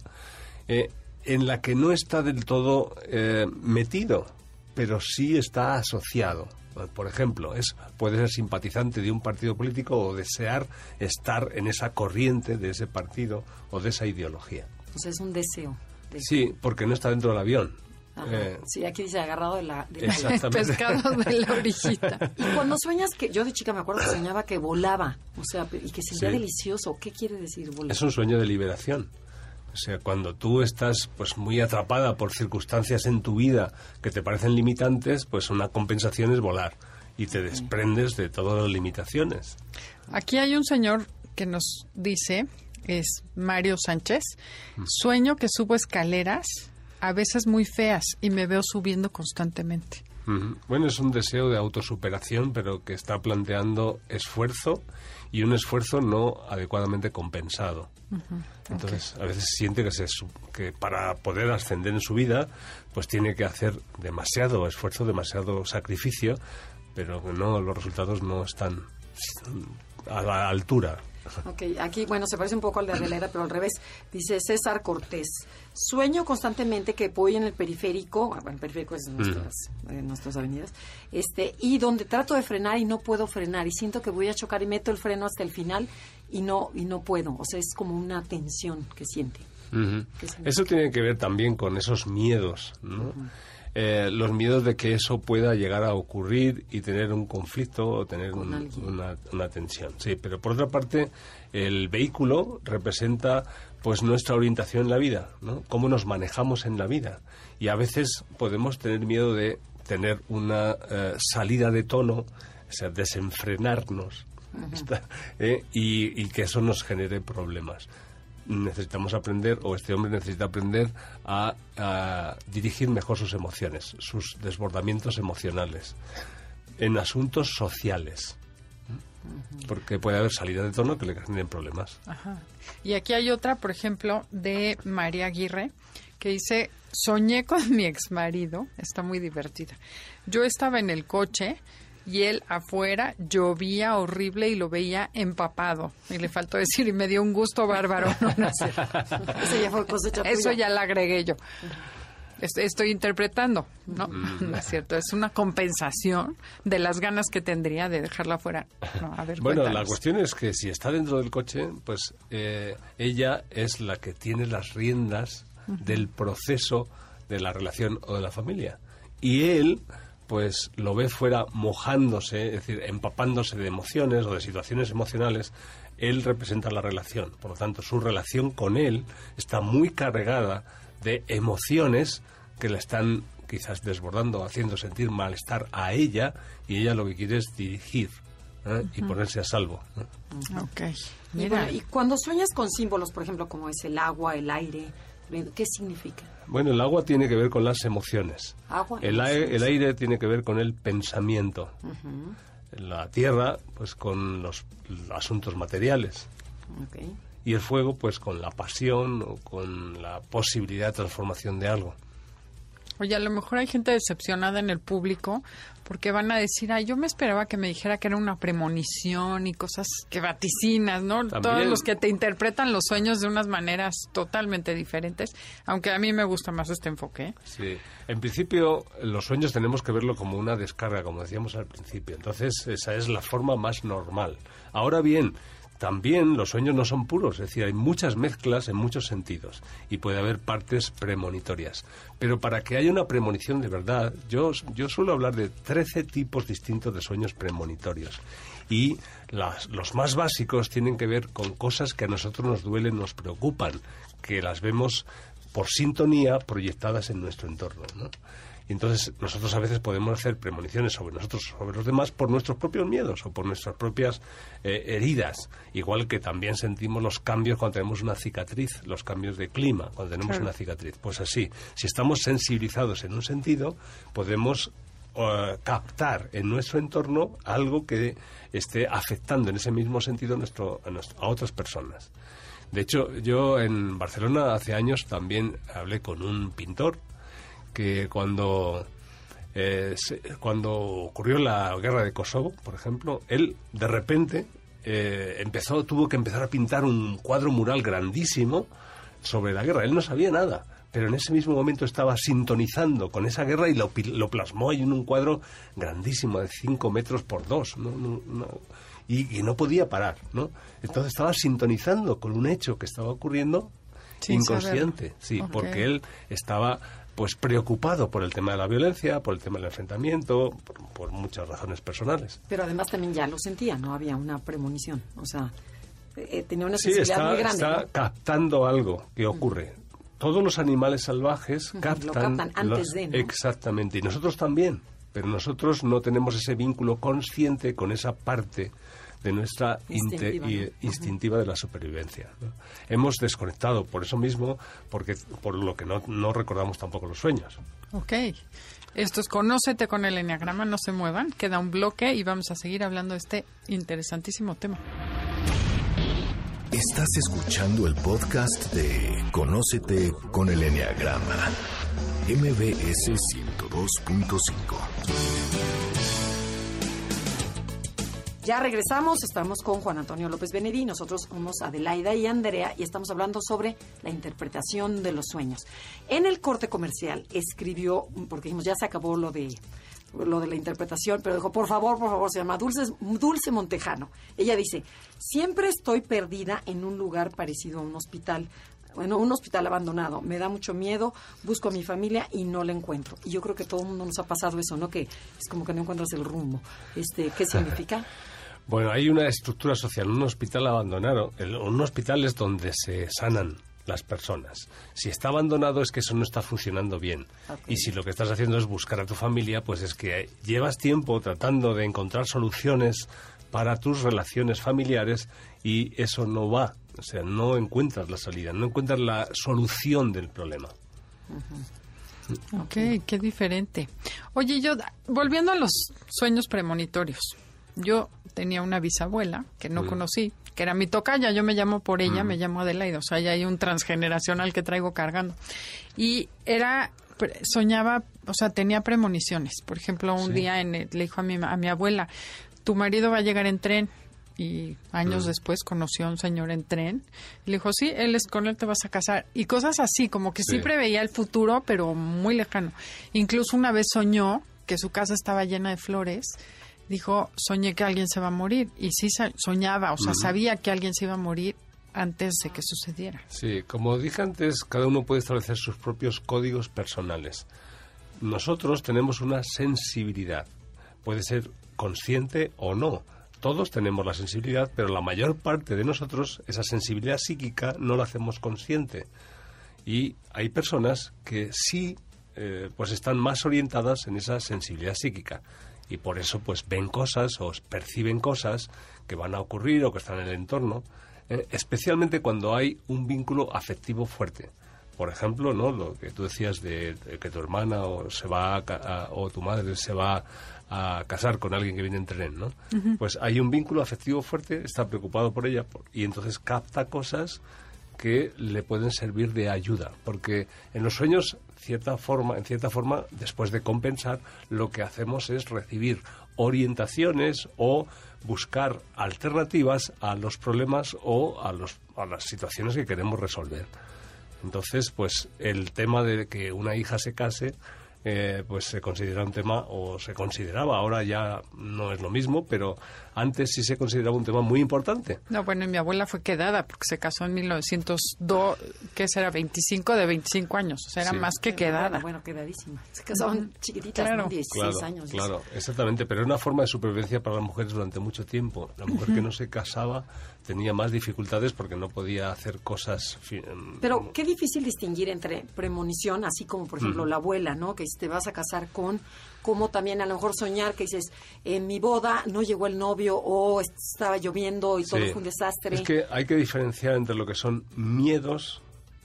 Speaker 4: en la que no está del todo metido, pero sí está asociado. Por ejemplo, puede ser simpatizante de un partido político o desear estar en esa corriente de ese partido o de esa ideología.
Speaker 2: O sea, es un deseo.
Speaker 4: Sí, porque no está dentro del avión.
Speaker 2: Ajá. Sí, aquí dice agarrado de la
Speaker 4: Exactamente.
Speaker 3: Pescado de la orillita.
Speaker 2: Y cuando sueñas que, yo de chica me acuerdo que soñaba que volaba, o sea, y que sentía
Speaker 4: Sí.
Speaker 2: delicioso. ¿Qué quiere decir volar?
Speaker 4: Es un sueño de liberación. O sea, cuando tú estás pues muy atrapada por circunstancias en tu vida que te parecen limitantes, pues una compensación es volar y te desprendes de todas las limitaciones.
Speaker 3: Aquí hay un señor que nos dice, es Mario Sánchez, sueño que subo escaleras, a veces muy feas, y me veo subiendo constantemente.
Speaker 4: Bueno, es un deseo de autosuperación, pero que está planteando esfuerzo y un esfuerzo no adecuadamente compensado. Entonces, a veces siente que para poder ascender en su vida, pues tiene que hacer demasiado esfuerzo, demasiado sacrificio, pero no, los resultados no están a la altura.
Speaker 2: Ok, aquí, bueno, se parece un poco al de Adelera, pero al revés. Dice César Cortés, sueño constantemente que voy en el periférico, bueno, el periférico es nuestras avenidas, y donde trato de frenar y no puedo frenar, y siento que voy a chocar y meto el freno hasta el final y no puedo. O sea, es como una tensión que siente.
Speaker 4: Eso tiene que ver también con esos miedos, ¿no? Los miedos de que eso pueda llegar a ocurrir y tener un conflicto o tener una tensión. Sí, pero por otra parte, el vehículo representa pues nuestra orientación en la vida, ¿no? Cómo nos manejamos en la vida. Y a veces podemos tener miedo de tener una salida de tono, o sea, desenfrenarnos, y que eso nos genere problemas. Necesitamos aprender, o este hombre necesita aprender a dirigir mejor sus emociones, sus desbordamientos emocionales en asuntos sociales, porque puede haber salidas de tono que le generen problemas.
Speaker 3: Ajá. Y aquí hay otra, por ejemplo, de María Aguirre, que dice, soñé con mi exmarido, está muy divertida. Yo estaba en el coche y él afuera, llovía horrible y lo veía empapado. Y le faltó decir, y me dio un gusto bárbaro. No es cierto.
Speaker 2: Eso ya fue cosecha tuya.
Speaker 3: Eso ya la agregué yo. Estoy interpretando, ¿no? No es cierto. Es una compensación de las ganas que tendría de dejarla fuera. No, a ver,
Speaker 4: bueno,
Speaker 3: cuéntanos.
Speaker 4: la cuestión es que si está dentro del coche, pues ella es la que tiene las riendas del proceso de la relación o de la familia. Y él, pues, lo ve fuera mojándose, es decir, empapándose de emociones o de situaciones emocionales. Él representa la relación. Por lo tanto, su relación con él está muy cargada de emociones que la están quizás desbordando, haciendo sentir malestar a ella, y ella lo que quiere es dirigir y ponerse a salvo.
Speaker 3: Ok.
Speaker 2: Mira. Y cuando sueñas con símbolos, por ejemplo, como es el agua, el aire, ¿qué significa?
Speaker 4: Bueno, el agua tiene que ver con las emociones. El aire tiene que ver con el pensamiento. La tierra, pues con los asuntos materiales.
Speaker 2: Okay.
Speaker 4: Y el fuego, pues con la pasión o con la posibilidad de transformación de algo.
Speaker 3: Oye, a lo mejor hay gente decepcionada en el público porque van a decir, yo me esperaba que me dijera que era una premonición y cosas que vaticinas, ¿no?
Speaker 4: También.
Speaker 3: Todos los que te interpretan los sueños de unas maneras totalmente diferentes, aunque a mí me gusta más este enfoque.
Speaker 4: Sí, en principio los sueños tenemos que verlo como una descarga, como decíamos al principio. Entonces esa es la forma más normal. Ahora bien, también los sueños no son puros, es decir, hay muchas mezclas en muchos sentidos y puede haber partes premonitorias. Pero para que haya una premonición de verdad, yo suelo hablar de 13 tipos distintos de sueños premonitorios. Y los más básicos tienen que ver con cosas que a nosotros nos duelen, nos preocupan, que las vemos por sintonía proyectadas en nuestro entorno, ¿no? Y entonces nosotros a veces podemos hacer premoniciones sobre nosotros, sobre los demás, por nuestros propios miedos o por nuestras propias heridas. Igual que también sentimos los cambios cuando tenemos una cicatriz, los cambios de clima cuando tenemos una cicatriz. Pues así, si estamos sensibilizados en un sentido, podemos captar en nuestro entorno algo que esté afectando en ese mismo sentido a otras personas. De hecho, yo en Barcelona hace años también hablé con un pintor que cuando ocurrió la guerra de Kosovo, por ejemplo, él de repente tuvo que empezar a pintar un cuadro mural grandísimo sobre la guerra. Él no sabía nada, pero en ese mismo momento estaba sintonizando con esa guerra y lo plasmó ahí en un cuadro grandísimo de 5 metros por 2, y no podía parar, ¿no? Entonces estaba sintonizando con un hecho que estaba ocurriendo inconsciente, sí, okay. Porque él estaba pues preocupado por el tema de la violencia, por el tema del enfrentamiento, por muchas razones personales.
Speaker 2: Pero además también ya lo sentía, ¿no? Había una premonición, o sea, tenía una sensibilidad muy grande.
Speaker 4: Está captando algo que ocurre. Todos los animales salvajes
Speaker 2: lo captan antes de, ¿no?
Speaker 4: Exactamente, y nosotros también, pero nosotros no tenemos ese vínculo consciente con esa parte de nuestra instintiva de la supervivencia, ¿no? Hemos desconectado por eso mismo, por lo que no recordamos tampoco los sueños.
Speaker 3: Ok. Esto es Conócete con el Enneagrama, no se muevan, queda un bloque y vamos a seguir hablando de este interesantísimo tema.
Speaker 1: Estás escuchando el podcast de Conócete con el Enneagrama, MBS 102.5.
Speaker 2: Ya regresamos, estamos con Juan Antonio López Benedí, nosotros somos Adelaida y Andrea y estamos hablando sobre la interpretación de los sueños. En el corte comercial escribió, porque dijimos ya se acabó lo de la interpretación, pero dijo, por favor, se llama Dulce Montejano. Ella dice, siempre estoy perdida en un lugar parecido a un hospital. Bueno, un hospital abandonado. Me da mucho miedo, busco a mi familia y no la encuentro. Y yo creo que todo el mundo nos ha pasado eso, ¿no? Que es como que no encuentras el rumbo. ¿Qué significa?
Speaker 4: Bueno, hay una estructura social, un hospital abandonado. Un hospital es donde se sanan las personas. Si está abandonado es que eso no está funcionando bien. Okay. Y si lo que estás haciendo es buscar a tu familia, pues es que llevas tiempo tratando de encontrar soluciones para tus relaciones familiares y eso no va. O sea, no encuentras la salida, no encuentras la solución del problema.
Speaker 3: Ok, qué diferente. Oye, volviendo a los sueños premonitorios, yo tenía una bisabuela que no conocí, que era mi tocaya, yo me llamo por ella, me llamo Adelaida, o sea, ya hay un transgeneracional que traigo cargando. Y soñaba, o sea, tenía premoniciones. Por ejemplo, un día le dijo a mi abuela, tu marido va a llegar en tren. Y años después conoció a un señor en tren. Y le dijo, sí, con él te vas a casar. Y cosas así, como que sí preveía el futuro, pero muy lejano. Incluso una vez soñó que su casa estaba llena de flores. Dijo, soñé que alguien se va a morir. Y sí soñaba, o sea, sabía que alguien se iba a morir antes de que sucediera.
Speaker 4: Sí, como dije antes, cada uno puede establecer sus propios códigos personales. Nosotros tenemos una sensibilidad, puede ser consciente o no. Todos tenemos la sensibilidad, pero la mayor parte de nosotros, esa sensibilidad psíquica, no la hacemos consciente. Y hay personas que sí, pues están más orientadas en esa sensibilidad psíquica. Y por eso, pues ven cosas o perciben cosas que van a ocurrir o que están en el entorno, especialmente cuando hay un vínculo afectivo fuerte. Por ejemplo, ¿no?, lo que tú decías de que tu hermana o tu madre se va a casar con alguien que viene en tren, ¿no? Uh-huh. Pues hay un vínculo afectivo fuerte, está preocupado por ella y entonces capta cosas que le pueden servir de ayuda, porque en los sueños, en cierta forma, después de compensar, lo que hacemos es recibir orientaciones o buscar alternativas a los problemas o a las situaciones que queremos resolver. Entonces, pues el tema de que una hija se case, pues se considera un tema, o se consideraba, ahora ya no es lo mismo, pero antes sí se consideraba un tema muy importante.
Speaker 3: No, bueno, y mi abuela fue quedada porque se casó en 1902, ¿qué será? 25 años, o sea, era más que quedada.
Speaker 2: Bueno, quedadísima. Se casaban chiquititas, claro, ¿no? 16 años.
Speaker 4: Claro, exactamente, pero era una forma de supervivencia para las mujeres durante mucho tiempo. La mujer que no se casaba tenía más dificultades porque no podía hacer cosas...
Speaker 2: Pero qué difícil distinguir entre premonición, así como, por ejemplo, la abuela, ¿no?, que te vas a casar con, como también a lo mejor soñar que dices, en mi boda no llegó el novio o estaba lloviendo y todo fue un desastre.
Speaker 4: Es que hay que diferenciar entre lo que son miedos,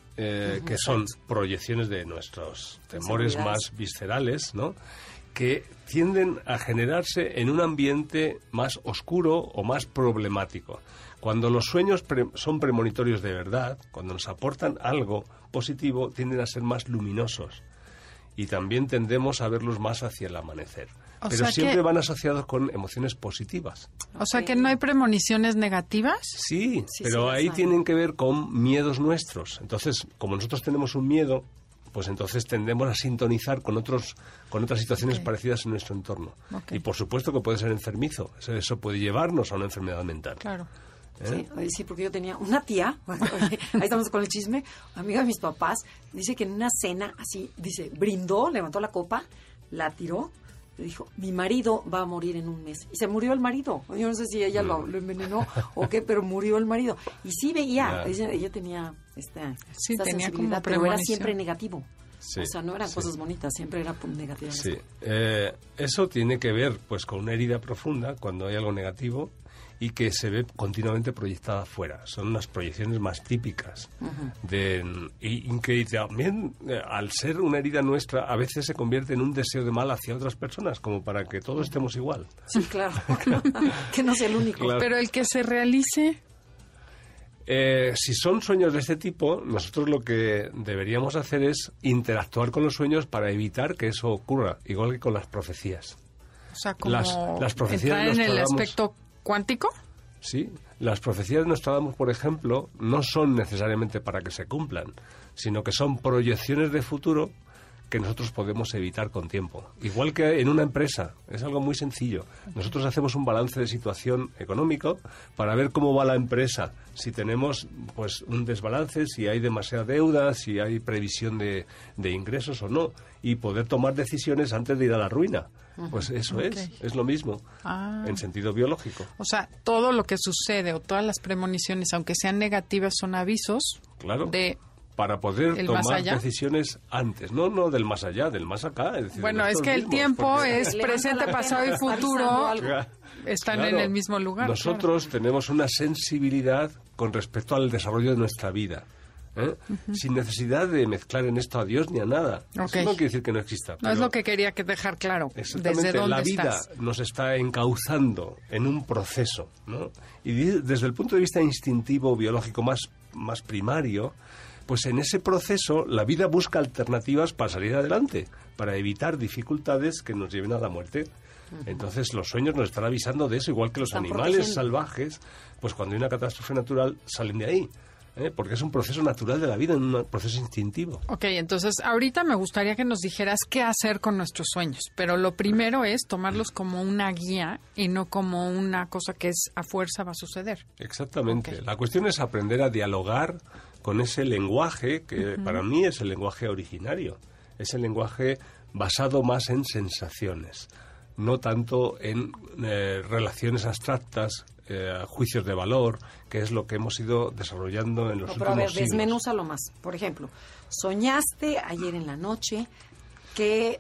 Speaker 4: que son proyecciones de nuestros temores más viscerales, ¿no?, que tienden a generarse en un ambiente más oscuro o más problemático. Cuando los sueños son premonitorios de verdad, cuando nos aportan algo positivo, tienden a ser más luminosos. Y también tendemos a verlos más hacia el amanecer. Pero siempre van asociados con emociones positivas.
Speaker 3: O sea, que no hay premoniciones negativas.
Speaker 4: Sí, pero ahí tienen que ver con miedos nuestros. Entonces, como nosotros tenemos un miedo, pues entonces tendemos a sintonizar con otras situaciones parecidas en nuestro entorno. Y por supuesto que puede ser enfermizo. Eso puede llevarnos a una enfermedad mental.
Speaker 3: Claro.
Speaker 2: Sí, porque yo tenía una tía, ahí estamos con el chisme, amiga de mis papás, dice que en una cena, así, dice, brindó, levantó la copa, la tiró, le dijo, mi marido va a morir en un mes. Y se murió el marido. Yo no sé si ella lo envenenó o qué, pero murió el marido. Y sí veía, ella tenía esta
Speaker 3: tenía
Speaker 2: sensibilidad,
Speaker 3: como
Speaker 2: pero era siempre negativo.
Speaker 4: Sí,
Speaker 2: o sea, no eran cosas bonitas, siempre era negativa.
Speaker 4: Sí, eso tiene que ver pues con una herida profunda cuando hay algo negativo y que se ve continuamente proyectada afuera. Son unas proyecciones más típicas. Y que también, al ser una herida nuestra, a veces se convierte en un deseo de mal hacia otras personas, como para que todos estemos igual.
Speaker 2: Sí, claro. Que no sea el único.
Speaker 3: Claro. Pero el que se realice...
Speaker 4: si son sueños de este tipo, nosotros lo que deberíamos hacer es interactuar con los sueños para evitar que eso ocurra, igual que con las profecías.
Speaker 3: O sea, como
Speaker 4: las profecías
Speaker 3: entrar en el aspecto cuántico.
Speaker 4: Sí, las profecías de Nostradamus, por ejemplo, no son necesariamente para que se cumplan, sino que son proyecciones de futuro que nosotros podemos evitar con tiempo. Igual que en una empresa, es algo muy sencillo. Nosotros hacemos un balance de situación económico para ver cómo va la empresa, si tenemos pues un desbalance, si hay demasiada deuda, si hay previsión de ingresos o no, y poder tomar decisiones antes de ir a la ruina. Pues eso es lo mismo, en sentido biológico.
Speaker 3: O sea, todo lo que sucede o todas las premoniciones, aunque sean negativas, son avisos
Speaker 4: para poder tomar decisiones antes, no del más allá, del más acá. Es decir,
Speaker 3: bueno, es que el tiempo es presente, pasado y futuro, están en el mismo lugar.
Speaker 4: Nosotros tenemos una sensibilidad con respecto al desarrollo de nuestra vida. Sin necesidad de mezclar en esto a Dios ni a nada. Eso no quiere decir que no exista.
Speaker 3: No es lo que quería dejar claro.
Speaker 4: Exactamente,
Speaker 3: ¿desde dónde
Speaker 4: la vida
Speaker 3: estás?
Speaker 4: Nos está encauzando en un proceso, ¿no? Y desde el punto de vista instintivo, biológico más primario, pues en ese proceso la vida busca alternativas para salir adelante, para evitar dificultades que nos lleven a la muerte. Entonces los sueños nos están avisando de eso, igual que los animales salvajes, pues cuando hay una catástrofe natural salen de ahí. porque es un proceso natural de la vida, un proceso instintivo.
Speaker 3: Ok, entonces ahorita me gustaría que nos dijeras qué hacer con nuestros sueños, pero lo primero es tomarlos como una guía y no como una cosa que es a fuerza va a suceder.
Speaker 4: Exactamente.
Speaker 3: Okay.
Speaker 4: La cuestión es aprender a dialogar con ese lenguaje que para mí es el lenguaje originario, es el lenguaje basado más en sensaciones, no tanto en relaciones abstractas, juicios de valor, que es lo que hemos ido desarrollando en los últimos
Speaker 2: pero a ver,
Speaker 4: siglos.
Speaker 2: desmenúzalo más. Por ejemplo, soñaste ayer en la noche que,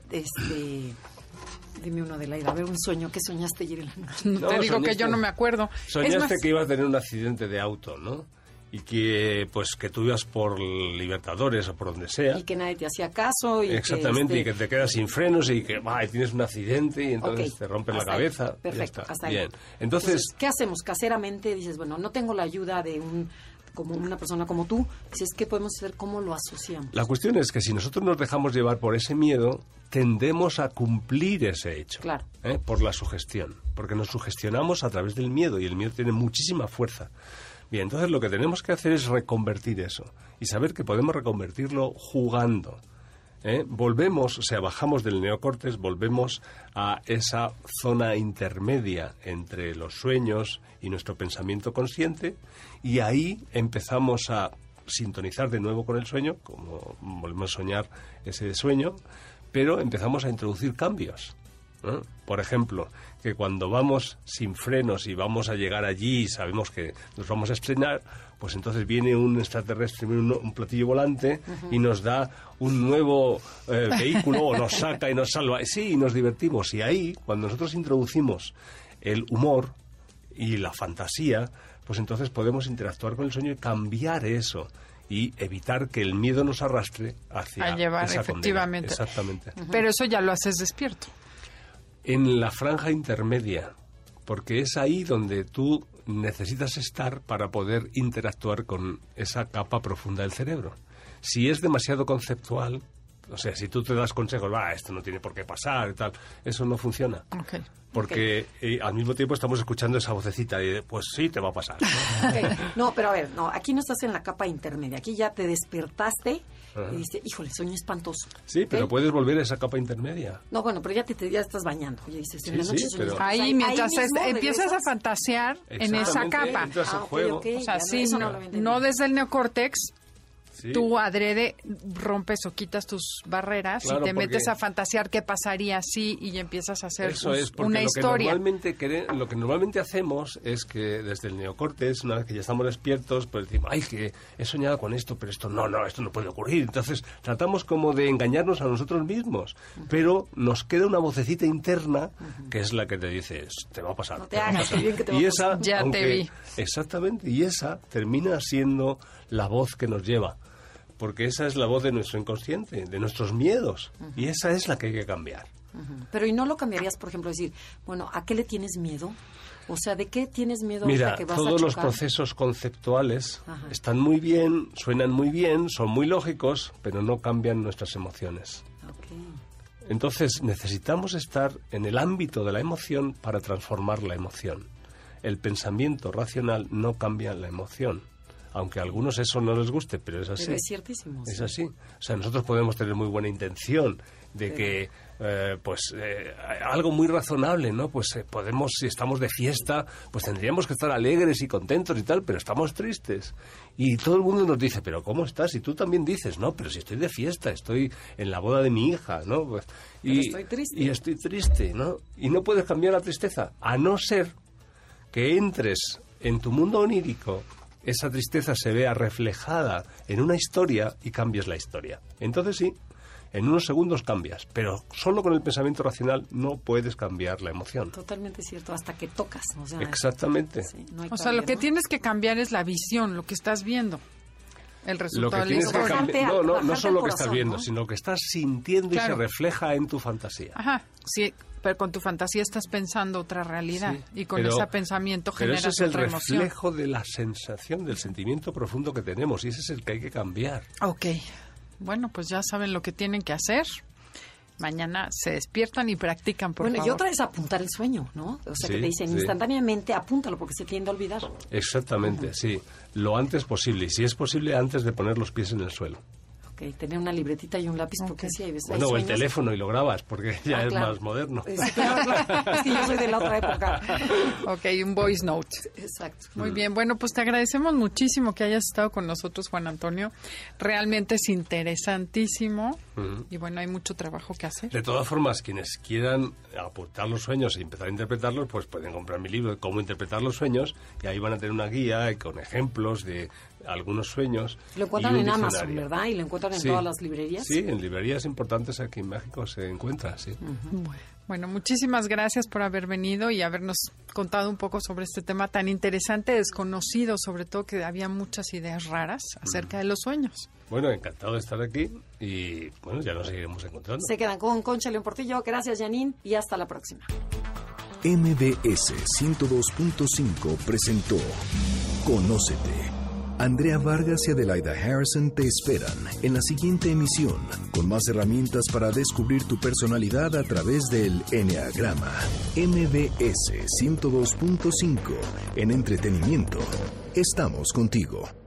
Speaker 2: dime uno de Laida, a ver un sueño, ¿qué soñaste ayer en la noche?
Speaker 3: No, te digo que yo no me acuerdo.
Speaker 4: Soñaste que ibas a tener un accidente de auto, ¿no? Y que pues que tú ibas por Libertadores o por donde sea.
Speaker 2: Y que nadie te hacía caso. Y
Speaker 4: exactamente, y que te quedas sin frenos y que tienes un accidente y entonces
Speaker 2: okay,
Speaker 4: te rompes la
Speaker 2: ahí.
Speaker 4: cabeza.
Speaker 2: Perfecto, hasta
Speaker 4: bien.
Speaker 2: ahí.
Speaker 4: Entonces,
Speaker 2: ¿qué hacemos? Caseramente dices, bueno, no tengo la ayuda de como una persona como tú. Dices, ¿qué podemos hacer? ¿Cómo lo asociamos?
Speaker 4: La cuestión es que si nosotros nos dejamos llevar por ese miedo, tendemos a cumplir ese hecho.
Speaker 2: Claro.
Speaker 4: Por la sugestión. Porque nos sugestionamos a través del miedo y el miedo tiene muchísima fuerza. Bien, entonces lo que tenemos que hacer es reconvertir eso y saber que podemos reconvertirlo jugando. Volvemos, o sea, bajamos del neocórtex, volvemos a esa zona intermedia entre los sueños y nuestro pensamiento consciente y ahí empezamos a sintonizar de nuevo con el sueño, como volvemos a soñar ese sueño, pero empezamos a introducir cambios. Por ejemplo, que cuando vamos sin frenos y vamos a llegar allí y sabemos que nos vamos a estrenar, pues entonces viene un extraterrestre, un platillo volante y nos da un nuevo vehículo o nos saca y nos salva. Sí, y nos divertimos. Y ahí, cuando nosotros introducimos el humor y la fantasía, pues entonces podemos interactuar con el sueño y cambiar eso y evitar que el miedo nos arrastre hacia
Speaker 3: a llevar,
Speaker 4: esa
Speaker 3: efectivamente.
Speaker 4: Condena. Exactamente.
Speaker 3: Pero eso ya lo haces despierto.
Speaker 4: En la franja intermedia, porque es ahí donde tú necesitas estar para poder interactuar con esa capa profunda del cerebro. Si es demasiado conceptual, o sea, si tú te das consejos, esto no tiene por qué pasar y tal, eso no funciona.
Speaker 3: Okay.
Speaker 4: Porque al mismo tiempo estamos escuchando esa vocecita y pues sí, te va a pasar. ¿No?
Speaker 2: Okay. No, pero a ver, aquí no estás en la capa intermedia, aquí ya te despertaste y dices, híjole, sueño espantoso.
Speaker 4: Sí, pero puedes volver a esa capa intermedia.
Speaker 2: No, bueno, pero ya estás bañando. Oye, dices, en la noche
Speaker 4: pero...
Speaker 3: Ahí, mientras empiezas a fantasear en esa capa.
Speaker 4: Entras en juego.
Speaker 3: O sea, sí, no desde el neocórtex. Sí. Tú adrede rompes o quitas tus barreras y te metes a fantasear qué pasaría si y empiezas a hacer una historia.
Speaker 4: Lo que normalmente hacemos es que desde el neocórtex, una vez que ya estamos despiertos, pues decimos, que he soñado con esto, pero esto no puede ocurrir. Entonces tratamos como de engañarnos a nosotros mismos, pero nos queda una vocecita interna que es la que te dice, te va a pasar.
Speaker 2: No te hagas, bien que te va
Speaker 4: y
Speaker 2: a pasar.
Speaker 3: Ya te vi.
Speaker 4: Exactamente, y esa termina siendo la voz que nos lleva. Porque esa es la voz de nuestro inconsciente, de nuestros miedos. Y esa es la que hay que cambiar.
Speaker 2: Pero ¿y no lo cambiarías, por ejemplo, decir, bueno, ¿a qué le tienes miedo? O sea, ¿de qué tienes miedo?
Speaker 4: Mira,
Speaker 2: que vas
Speaker 4: todos
Speaker 2: a
Speaker 4: los procesos conceptuales están muy bien, suenan muy bien, son muy lógicos, pero no cambian nuestras emociones.
Speaker 2: Okay.
Speaker 4: Entonces necesitamos estar en el ámbito de la emoción para transformar la emoción. El pensamiento racional no cambia la emoción. Aunque a algunos eso no les guste, pero es así.
Speaker 2: Pero es ciertísimo.
Speaker 4: Es así. O sea, nosotros podemos tener muy buena intención de que, algo muy razonable, ¿no? Pues podemos, si estamos de fiesta, pues tendríamos que estar alegres y contentos y tal, pero estamos tristes. Y todo el mundo nos dice, ¿pero cómo estás? Y tú también dices, no, pero si estoy de fiesta, estoy en la boda de mi hija, ¿no? Pues,
Speaker 2: estoy triste.
Speaker 4: Y estoy triste, ¿no? Y no puedes cambiar la tristeza, a no ser que entres en tu mundo onírico, esa tristeza se vea reflejada en una historia y cambies la historia. Entonces sí, en unos segundos cambias, pero solo con el pensamiento racional no puedes cambiar la emoción.
Speaker 2: Totalmente cierto, hasta que tocas. O sea,
Speaker 4: exactamente.
Speaker 2: Sí, no hay
Speaker 3: lo que tienes que cambiar es la visión, lo que estás viendo. El resultado de la historia.
Speaker 4: No solo lo que estás viendo, sino lo que estás sintiendo y se refleja en tu fantasía.
Speaker 3: Ajá, sí. Pero con tu fantasía estás pensando otra realidad y con ese pensamiento generas otra emoción.
Speaker 4: Pero ese es el reflejo de la sensación, del sentimiento profundo que tenemos y ese es el que hay que cambiar.
Speaker 3: Ok. Bueno, pues ya saben lo que tienen que hacer. mañana se despiertan y practican, por favor.
Speaker 2: Y otra es apuntar el sueño, ¿no? O sea, que te dicen instantáneamente, apúntalo porque se tiende a olvidar.
Speaker 4: Exactamente, sí. Lo antes posible. Y si es posible, antes de poner los pies en el suelo.
Speaker 2: Ok, tener una libretita y un lápiz, porque sí, hay veces.
Speaker 4: Bueno, o el teléfono y lo grabas, porque ya es más moderno.
Speaker 2: Sí, claro. Es que yo soy de la otra época.
Speaker 3: Ok, un voice note.
Speaker 2: Exacto.
Speaker 3: Muy bien, bueno, pues te agradecemos muchísimo que hayas estado con nosotros, Juan Antonio. Realmente es interesantísimo y bueno, hay mucho trabajo que hacer.
Speaker 4: De todas formas, quienes quieran apuntar los sueños e empezar a interpretarlos, pues pueden comprar mi libro de cómo interpretar los sueños y ahí van a tener una guía con ejemplos de algunos sueños.
Speaker 2: Lo encuentran en Amazon, ¿verdad? Y lo encuentran en todas las librerías.
Speaker 4: Sí, en librerías importantes aquí en México se encuentra, sí.
Speaker 3: Bueno, muchísimas gracias por haber venido y habernos contado un poco sobre este tema tan interesante, desconocido, sobre todo que había muchas ideas raras acerca de los sueños.
Speaker 4: Bueno, encantado de estar aquí y bueno, ya nos seguiremos encontrando.
Speaker 2: Se quedan con Concha León Portillo. Gracias, Janine, y hasta la próxima.
Speaker 1: MBS 102.5 presentó Conócete. Andrea Vargas y Adelaida Harrison te esperan en la siguiente emisión con más herramientas para descubrir tu personalidad a través del Enneagrama. MBS 102.5 en entretenimiento. Estamos contigo.